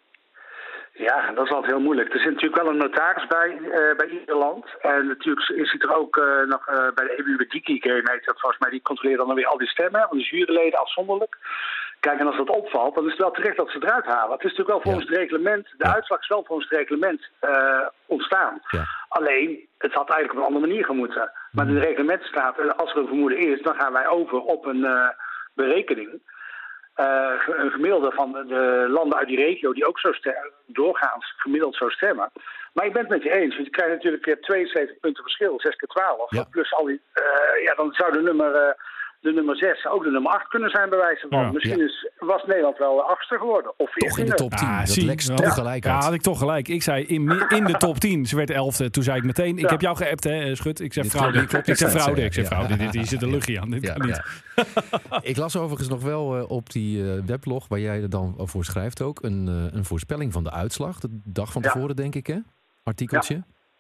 Ja, dat is altijd heel moeilijk. Er zit natuurlijk wel een notaris bij, uh, bij ieder land. En natuurlijk is het er ook uh, nog uh, bij de E W U, de Diki Game heet dat volgens mij. Die controleert dan weer al die stemmen van de juryleden afzonderlijk. Kijk, en als dat opvalt, dan is het wel terecht dat ze het eruit halen. Het is natuurlijk wel volgens Ja. het reglement, de Ja. uitslag is wel volgens het reglement uh, ontstaan. Ja. Alleen, het had eigenlijk op een andere manier gemoeten. Maar in het reglement staat, uh, als er een vermoeden is, dan gaan wij over op een uh, berekening. Uh, een gemiddelde van de, de landen uit die regio die ook zo stemmen, doorgaans gemiddeld zo stemmen. Maar ik ben het met je eens, want je krijgt natuurlijk weer tweeënzeventig punten verschil, zes keer twaalf. Ja. Plus al die, uh, ja, dan zou de nummer, uh, de nummer zes ook de nummer acht kunnen zijn bij wijze van. Ja. Misschien Ja. is, was Nederland wel achtste geworden. Of Toch in de veertiende. top tien. Ah, dat zie, Lex ja. toch gelijk Ja, had. had ik toch gelijk. Ik zei in, in de top tien. Ze werd elfde. Toen zei ik meteen, ik Ja. heb jou geappt, hè, Schut. Ik zeg Dit fraude. klopt, klopt, Ik zeg dit fraude. zei Ik zeg je. fraude. Ja. Dit, hier zit een luchtje aan. Dit Ja, kan niet. ja. Ik las overigens nog wel uh, op die uh, weblog waar jij er dan voor schrijft ook een, uh, een voorspelling van de uitslag. De dag van Ja. tevoren, denk ik, hè? Artikeltje.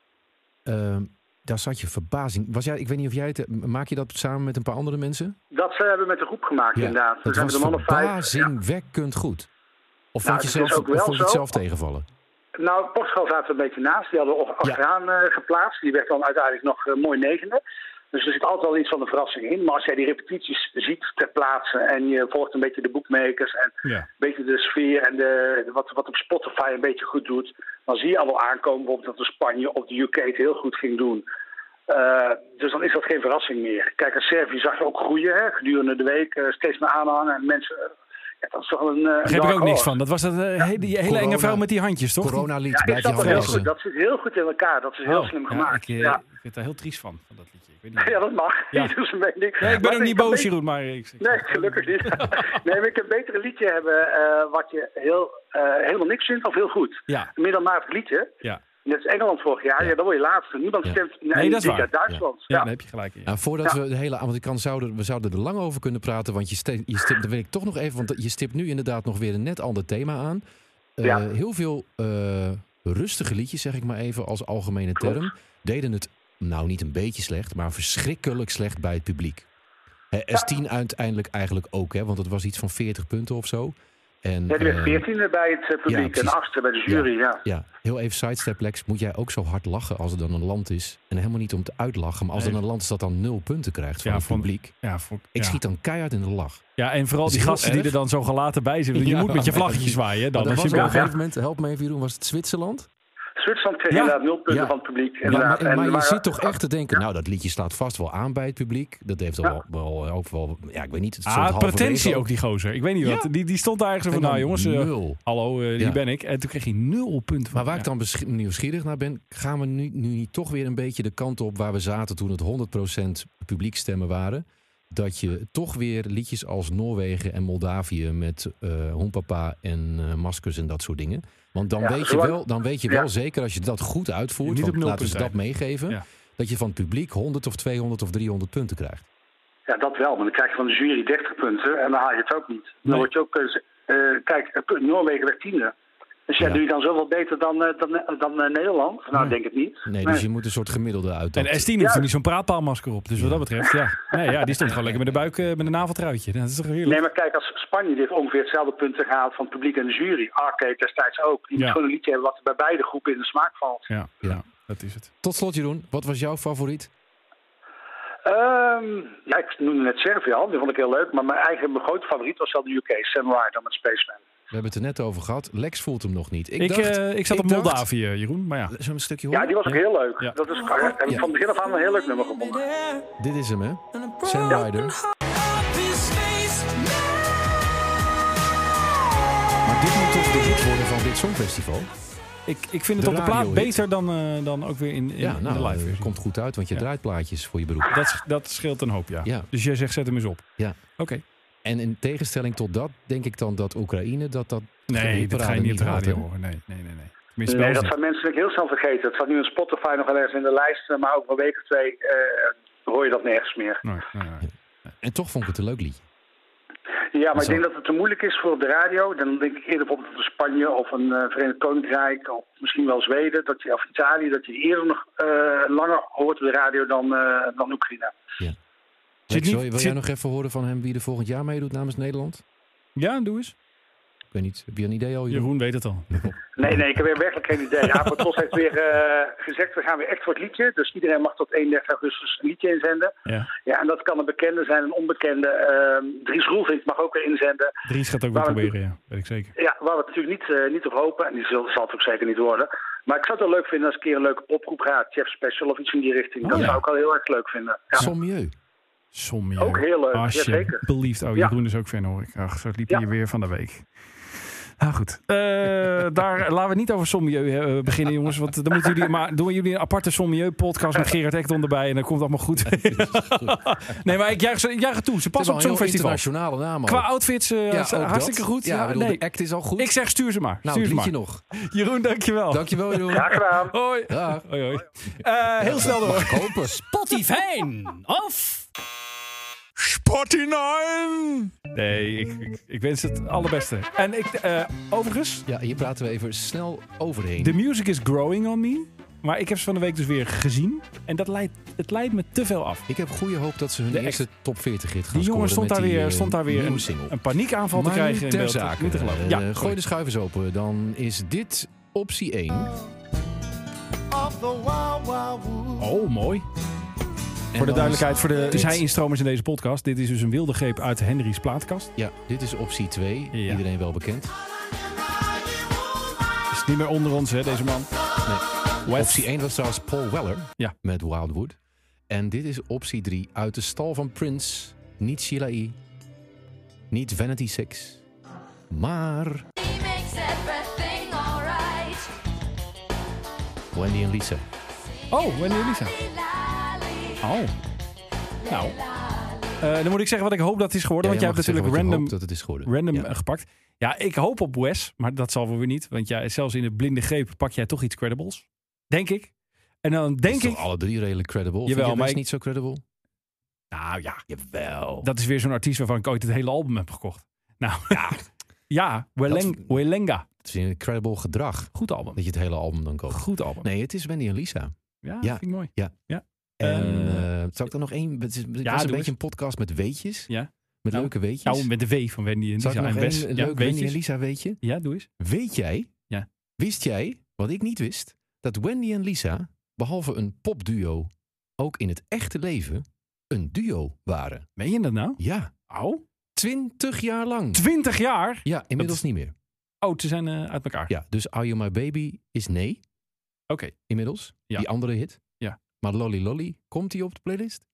Uh, daar zat je verbazing. Was jij, ik weet niet of jij het... Maak je dat samen met een paar andere mensen? Dat ze hebben we met de groep gemaakt inderdaad. Dat zijn was de mannen vijf. Ja. verbazingwekkend goed. Of Nou, vond je, het is zelf, ook wel of vond je het zo. zelf tegenvallen? Nou, Portugal zaten een beetje naast. Die hadden we achteraan uh, geplaatst. Die werd dan uiteindelijk nog uh, mooi negende. Dus er zit altijd wel iets van de verrassing in. Maar als jij die repetities ziet ter plaatse en je volgt een beetje de boekmakers en Ja. een beetje de sfeer en de, wat, wat op Spotify een beetje goed doet, dan zie je al wel aankomen bijvoorbeeld dat de Spanje of de U K het heel goed ging doen. Uh, dus dan is dat geen verrassing meer. Kijk, en Servië zag je ook groeien hè, gedurende de week. Uh, steeds meer aanhang en mensen... Uh, ja, dat is toch een... Uh, Daar heb ik ook niks van. Dat was dat uh, hele, die hele Corona- enge vrouw met die handjes, toch? Corona-lied, Ja, ik blijf je snap dat heel aflezen. goed. Dat zit heel goed in elkaar. Dat is heel Oh, slim ja, gemaakt. ik, uh, Ja, ik werd daar heel triest van, van dat liedje. Ik weet niet. ja, dat mag. Ja. Ja. Dus een mening. Nee, ik ben Maar ook niet kan boos, beter- Jeroen, maar... Ik, ik- Nee, gelukkig niet. Nee, maar ik een betere liedje hebben uh, wat je heel, uh, helemaal niks vindt of heel goed. Ja, Een middelmatig liedje. ja. Net als Engeland vorig jaar. Ja. Ja, dan word je laatste. Niemand Ja. stemt Nee, nee, dat is dit waar. uit Duitsland. Ja, Ja. daar heb je gelijk in. Ja. Nou, voordat Ja. we de hele... Want ik kan, zouden, we zouden er lang over kunnen praten. Want je, ste, je stipt... Dat weet ik toch nog even. Want je stipt nu inderdaad nog weer een net ander thema aan. Uh, Ja. Heel veel uh, rustige liedjes, zeg ik maar even, als algemene Klopt. term. Deden het, nou niet een beetje slecht, maar verschrikkelijk slecht bij het publiek. Hè, S tien uiteindelijk eigenlijk ook, hè, want het was iets van veertig punten of zo. En, Ja, die werd uh, veertiende bij het uh, publiek ja, en achtste bij de jury, ja. Ja, heel even sidestep, Lex. Moet jij ook zo hard lachen als er dan een land is? En helemaal niet om te uitlachen, maar als Nee. er een land is dat dan nul punten krijgt van Ja, het van- publiek. Ja, voor, Ik ja. schiet dan keihard in de lach. ja, en vooral Dat die is heel gasten die erg. er dan zo gelaten bij zitten. Je Ja, moet met je maar vlaggetje dat- zwaaien. Maar Dan, dan als was je er op bent. een gegeven moment, help me even Jeroen, was het Zwitserland? Zwitserland kreeg Ja. inderdaad nul punten Ja. van het publiek. Ja, Inderdaad. maar, En maar er je waren- zit toch echt te denken, nou dat liedje slaat vast wel aan bij het publiek. Dat heeft al Ja. wel, wel, ook wel, ja ik weet niet. Het stond Ah, halverwege pretentie ook, die gozer. Ik weet niet Ja. wat. Die, die stond daar ergens van, En dan nou jongens, uh, nul. hallo, uh, hier Ja. ben ik. En toen kreeg hij nul punten van. Maar waar ja. ik dan besch- nieuwsgierig naar ben, gaan we nu, nu niet toch weer een beetje de kant op waar we zaten toen het honderd procent publiekstemmen waren? Dat je toch weer liedjes als Noorwegen en Moldavië met uh, Hoenpapa en uh, maskers en dat soort dingen. Want dan, Ja, weet, je zolang- wel, dan weet je wel Ja. zeker als je dat goed uitvoert, Niet op want nul laten we ze dat punten meegeven, Ja. dat je van het publiek honderd of tweehonderd of driehonderd punten krijgt. Ja, dat wel. Maar dan krijg je van de jury dertig punten en dan haal je het ook niet. Dan Nee. word je ook... Uh, uh, kijk, uh, Noorwegen werd tiende. Dus ja, Ja. doe je dan zoveel beter dan, uh, dan, uh, dan uh, Nederland? Nou, Nee. denk het niet. Nee, dus je moet een soort gemiddelde uit. En dat- S tien heeft Ja. er niet zo'n praatpaalmasker op. Dus wat dat betreft, ja. Nee, ja, die stond gewoon lekker met de buik, uh, met een naveltruitje. Dat is toch heerlijk? Nee, maar kijk, als Spanje die heeft ongeveer hetzelfde punten gehaald van het publiek en de jury. Arcade destijds ook. Die Ja. moet gewoon een liedje hebben wat bij beide groepen in de smaak valt. Ja, Ja. ja, dat is het. Tot slot Jeroen, wat was jouw favoriet? Um, ja, ik noemde net Servië al, die vond ik heel leuk. Maar mijn eigen mijn grote favoriet was wel de U K, Sam Ryder met Spaceman. We hebben het er net over gehad. Lex voelt hem nog niet. Ik, Ik, dacht, uh, ik zat ik op dacht- Moldavië, Jeroen. Maar ja. Zullen we een stukje horen? Ja, die was ook Ja. heel leuk. Ja. Dat is, heb ik Ja. van begin af aan een heel leuk nummer gevonden. Dit is hem, hè? Sam Ryder. Maar dit moet toch de hit worden van dit Songfestival? Ik, ik vind De het op de plaat radiohit. beter dan, uh, dan ook weer in, in, Ja, in nou, de live eh, versie. komt goed uit, want je Ja. draait plaatjes voor je beroep. Dat, sch- dat scheelt een hoop, ja. Ja. Dus jij zegt, zet hem eens op. Ja. Oké. En in tegenstelling tot dat, denk ik dan dat Oekraïne, dat dat... Nee, dat ga je niet op de haalt, radio hè? horen. Nee, nee, nee. nee. Tenminste, bij Nee, ons dat niet. zijn mensen denk ik heel snel vergeten. Het staat nu in Spotify nog wel ergens in de lijst, eh, maar over een week of twee uh, hoor je dat nergens meer. Nee, nee, nee. En toch vond ik het een leuk liedje. Ja, maar Zo. ik denk dat het te moeilijk is voor op de radio. Dan denk ik eerder bijvoorbeeld aan Spanje of een uh, Verenigd Koninkrijk of misschien wel Zweden dat je, of Italië, dat je eerder nog uh, langer hoort op de radio dan, uh, dan Oekraïne. Ja. Zit Lex, niet- wil, je- wil zit- jij nog even horen van hem wie er volgend jaar meedoet namens Nederland? Ja, doe eens. Ik weet niet, heb je een idee al? Jeroen? Jeroen weet het al. Nee, nee, ik heb weer werkelijk geen idee. Avrotros heeft weer uh, gezegd, we gaan weer echt voor het liedje. Dus iedereen mag tot eenendertig augustus een liedje inzenden. Ja. Ja, en dat kan een bekende zijn, een onbekende. Uh, Dries Roelvink mag ook weer inzenden. Dries gaat ook weer Waar we- proberen, ja. Weet ik zeker. Ja, waar we het natuurlijk niet, uh, niet op hopen. En die zal, zal het ook zeker niet worden. Maar ik zou het wel leuk vinden als een keer een leuke popgroep gaat. Chef Special of iets in die richting. Oh, dat ja. zou ik wel heel erg leuk vinden. Ja. Sommieu. Sommige. Ook heel leuk, jazeker. Alsjeblieft. Oh, Ja. Jeroen is ook fan, hoor ik. Ach, zo liep Ja. hier weer van de week. Nou goed, uh, daar laten we niet over Sommieu uh, beginnen, jongens. Want dan moeten jullie, maar doen jullie een aparte Sommieu-podcast met Gerard Ekdom erbij en dan komt het allemaal goed. nee, maar ik juich, ze- ik juich het toe. Ze passen op zo'n festival. Internationale naam al. Qua outfits uh, Ja, sta- ook hartstikke dat. goed. Ja, Ja, bedoel, nee. de act is al goed. Ik zeg stuur ze maar. nou, stuur een ze liedje maar. nog. Jeroen, dankjewel. Dankjewel, Jeroen. Graag gedaan. Hoi. Ja. Hoi, hoi. Uh, heel snel door. Kopen. Spotify of Spotify! Nee, ik, ik, ik wens het allerbeste. En ik, uh, overigens, Ja, hier praten we even snel overheen. The music is growing on me. Maar ik heb ze van de week dus weer gezien. En dat leidt, het leidt me te veel af. Ik heb goede hoop dat ze hun De eerste top veertig hit gaan Die jongen scoren stond daar met die, weer, eh, stond daar weer nieuwe een, single. een paniekaanval te Maar krijgen. nu in ter beeld. zake. Niet te geloven. Eh, Ja, gooi sorry. de schuif eens open. Dan is dit optie één. Oh, mooi. En Voor de dan duidelijkheid, voor de dit- zij-instromers in deze podcast. Dit is dus een wilde greep uit Henry's plaatkast. Ja, dit is optie twee. Ja. Iedereen wel bekend. Is niet meer onder ons, hè, deze man. Nee. Optie één was trouwens Paul Weller Ja. met Wildwood. En dit is optie drie uit de stal van Prince. Niet Sheila E. Niet Vanity Six. Maar Wendy en Lisa. Oh, Wendy en Lisa. Oh. Nou. Uh, dan moet ik zeggen wat ik hoop dat het is geworden. Ja, want jij jij hebt mag natuurlijk zeggen wat je random, hoopt dat het is geworden. random Ja. uh, gepakt. Ja, ik hoop op Wes. Maar dat zal wel weer niet. Want jij, zelfs in de blinde greep pak jij toch iets credibles. Denk ik. En dan Dat denk is toch ik... alle drie redelijk credible. Jawel, Vind je maar Wes ik- niet zo credible? Nou ja, Jawel. dat is weer zo'n artiest waarvan ik ooit het hele album heb gekocht. Nou, ja. Ja, Weleng- Welenga. Het is een credible gedrag. Goed album. Dat je het hele album dan koopt. Goed album. Nee, het is Wendy en Lisa. Ja, Ja. vind ik mooi. Ja. Ja. En Eh, uh, zou ik er nog één... Het, is, het ja, was een doe beetje een podcast met weetjes. Ja. Met Nou, leuke weetjes. Nou, met de W van Wendy en Zal ik Lisa nog en Wes. een, een Ja, leuk Wendy weetjes. en Lisa weetje? Ja, doe eens. Weet jij, Ja. wist jij, wat ik niet wist, dat Wendy en Lisa, behalve een popduo, ook in het echte leven een duo waren? Meen je dat nou? Ja, Oh, twintig jaar lang. twintig jaar? Ja, inmiddels niet meer. Oh, ze zijn uh, uit elkaar. Ja, dus Are You My Baby is nee, Oké. inmiddels. Ja. Die andere hit. Ja. Maar Lolly Lolly, komt die op de playlist?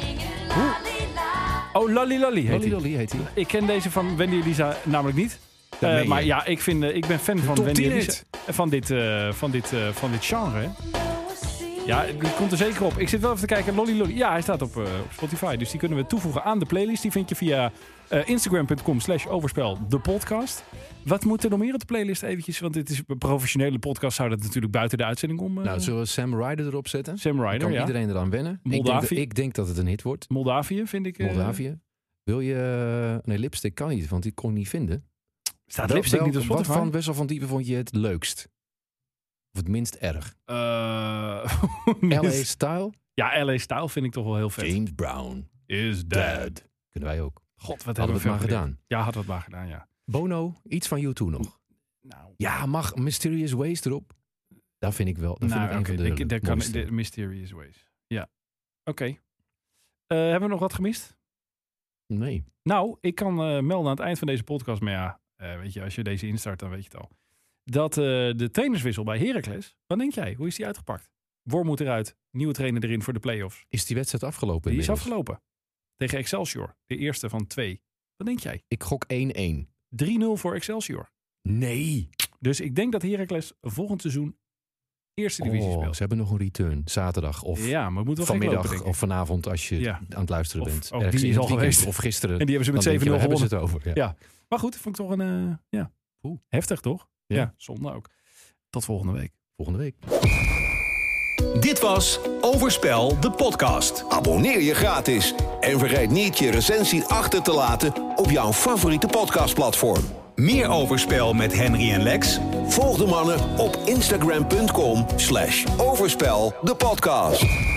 Oh, Lolly Lolly heet Lolly die. Lolly heet die. Ik ken deze van Wendy en Lisa namelijk niet. Dat Uh, meen maar je. ja, ik, vind, uh, ik ben fan van top Wendy en tien Lisa. hit. Van dit, uh, van, dit, uh, van dit genre. Hè? Ja, die komt er zeker op. Ik zit wel even te kijken. Lolly Lolly. Ja, hij staat op, uh, op Spotify. Dus die kunnen we toevoegen aan de playlist. Die vind je via uh, instagram.com slash overspel de podcast. Wat moet er nog meer op de playlist eventjes? Want dit is een professionele podcast. Zou dat natuurlijk buiten de uitzending om... Uh, Nou, zullen we Sam Ryder erop zetten? Sam Ryder, kan ja. iedereen eraan wennen. Ik denk, Moldavië. dat, ik denk dat het een hit wordt. Moldavië vind ik... Uh, Moldavië. Wil je... Nee, Lipstick kan niet, want die kon ik niet vinden. Staat Wel- Lipstick wel- niet op Spotify? Wat van Wessel van Diepen vond je het leukst? Of het minst erg? Uh, L A Style? Ja, L A Style vind ik toch wel heel vet. James Brown. Is dead. Dead. Kunnen wij ook. God, wat Hadden hebben we het maar veel gedaan. geleerd. Ja, hadden we het maar gedaan, ja. Bono, iets van U twee nog. Nou, Ja, mag Mysterious Ways erop? Dat vind ik wel. Dat nou vind ik oké, een van de ik- daar kan mooiste. de Mysterious Ways. Ja. Oké. Uh, hebben we nog wat gemist? Nee. Nou, ik kan uh, melden aan het eind van deze podcast, maar ja, uh, weet je, als je deze instart, dan weet je het al. Dat uh, de trainerswissel bij Heracles, wat denk jij? Hoe is die uitgepakt? Wormoed eruit, nieuwe trainer erin voor de play-offs. Is die wedstrijd afgelopen? Die is inmiddels? afgelopen. Tegen Excelsior, de eerste van twee. Wat denk jij? Ik gok één-één. drie nul voor Excelsior. Nee. Dus ik denk dat Heracles volgend seizoen eerste divisie Oh, speelt. ze hebben nog een return. Zaterdag of Ja, maar het moet wel gek vanmiddag lopen, denk ik. of vanavond als je Ja. aan het luisteren Of- bent. of Ergens die in is het al weekend geweest. Of gisteren. En die hebben ze met Dan denk je, zeven nul waar hebben gewonnen. ze het over? Ja. Ja. Maar goed, vond ik toch een... Uh, ja. Oeh. Heftig, toch? Ja. Ja, zonde ook. Tot volgende week. Volgende week. Dit was Overspel, de podcast. Abonneer je gratis en vergeet niet je recensie achter te laten op jouw favoriete podcastplatform. Meer Overspel met Henry en Lex? Volg de mannen op instagram punt com slash overspel de podcast.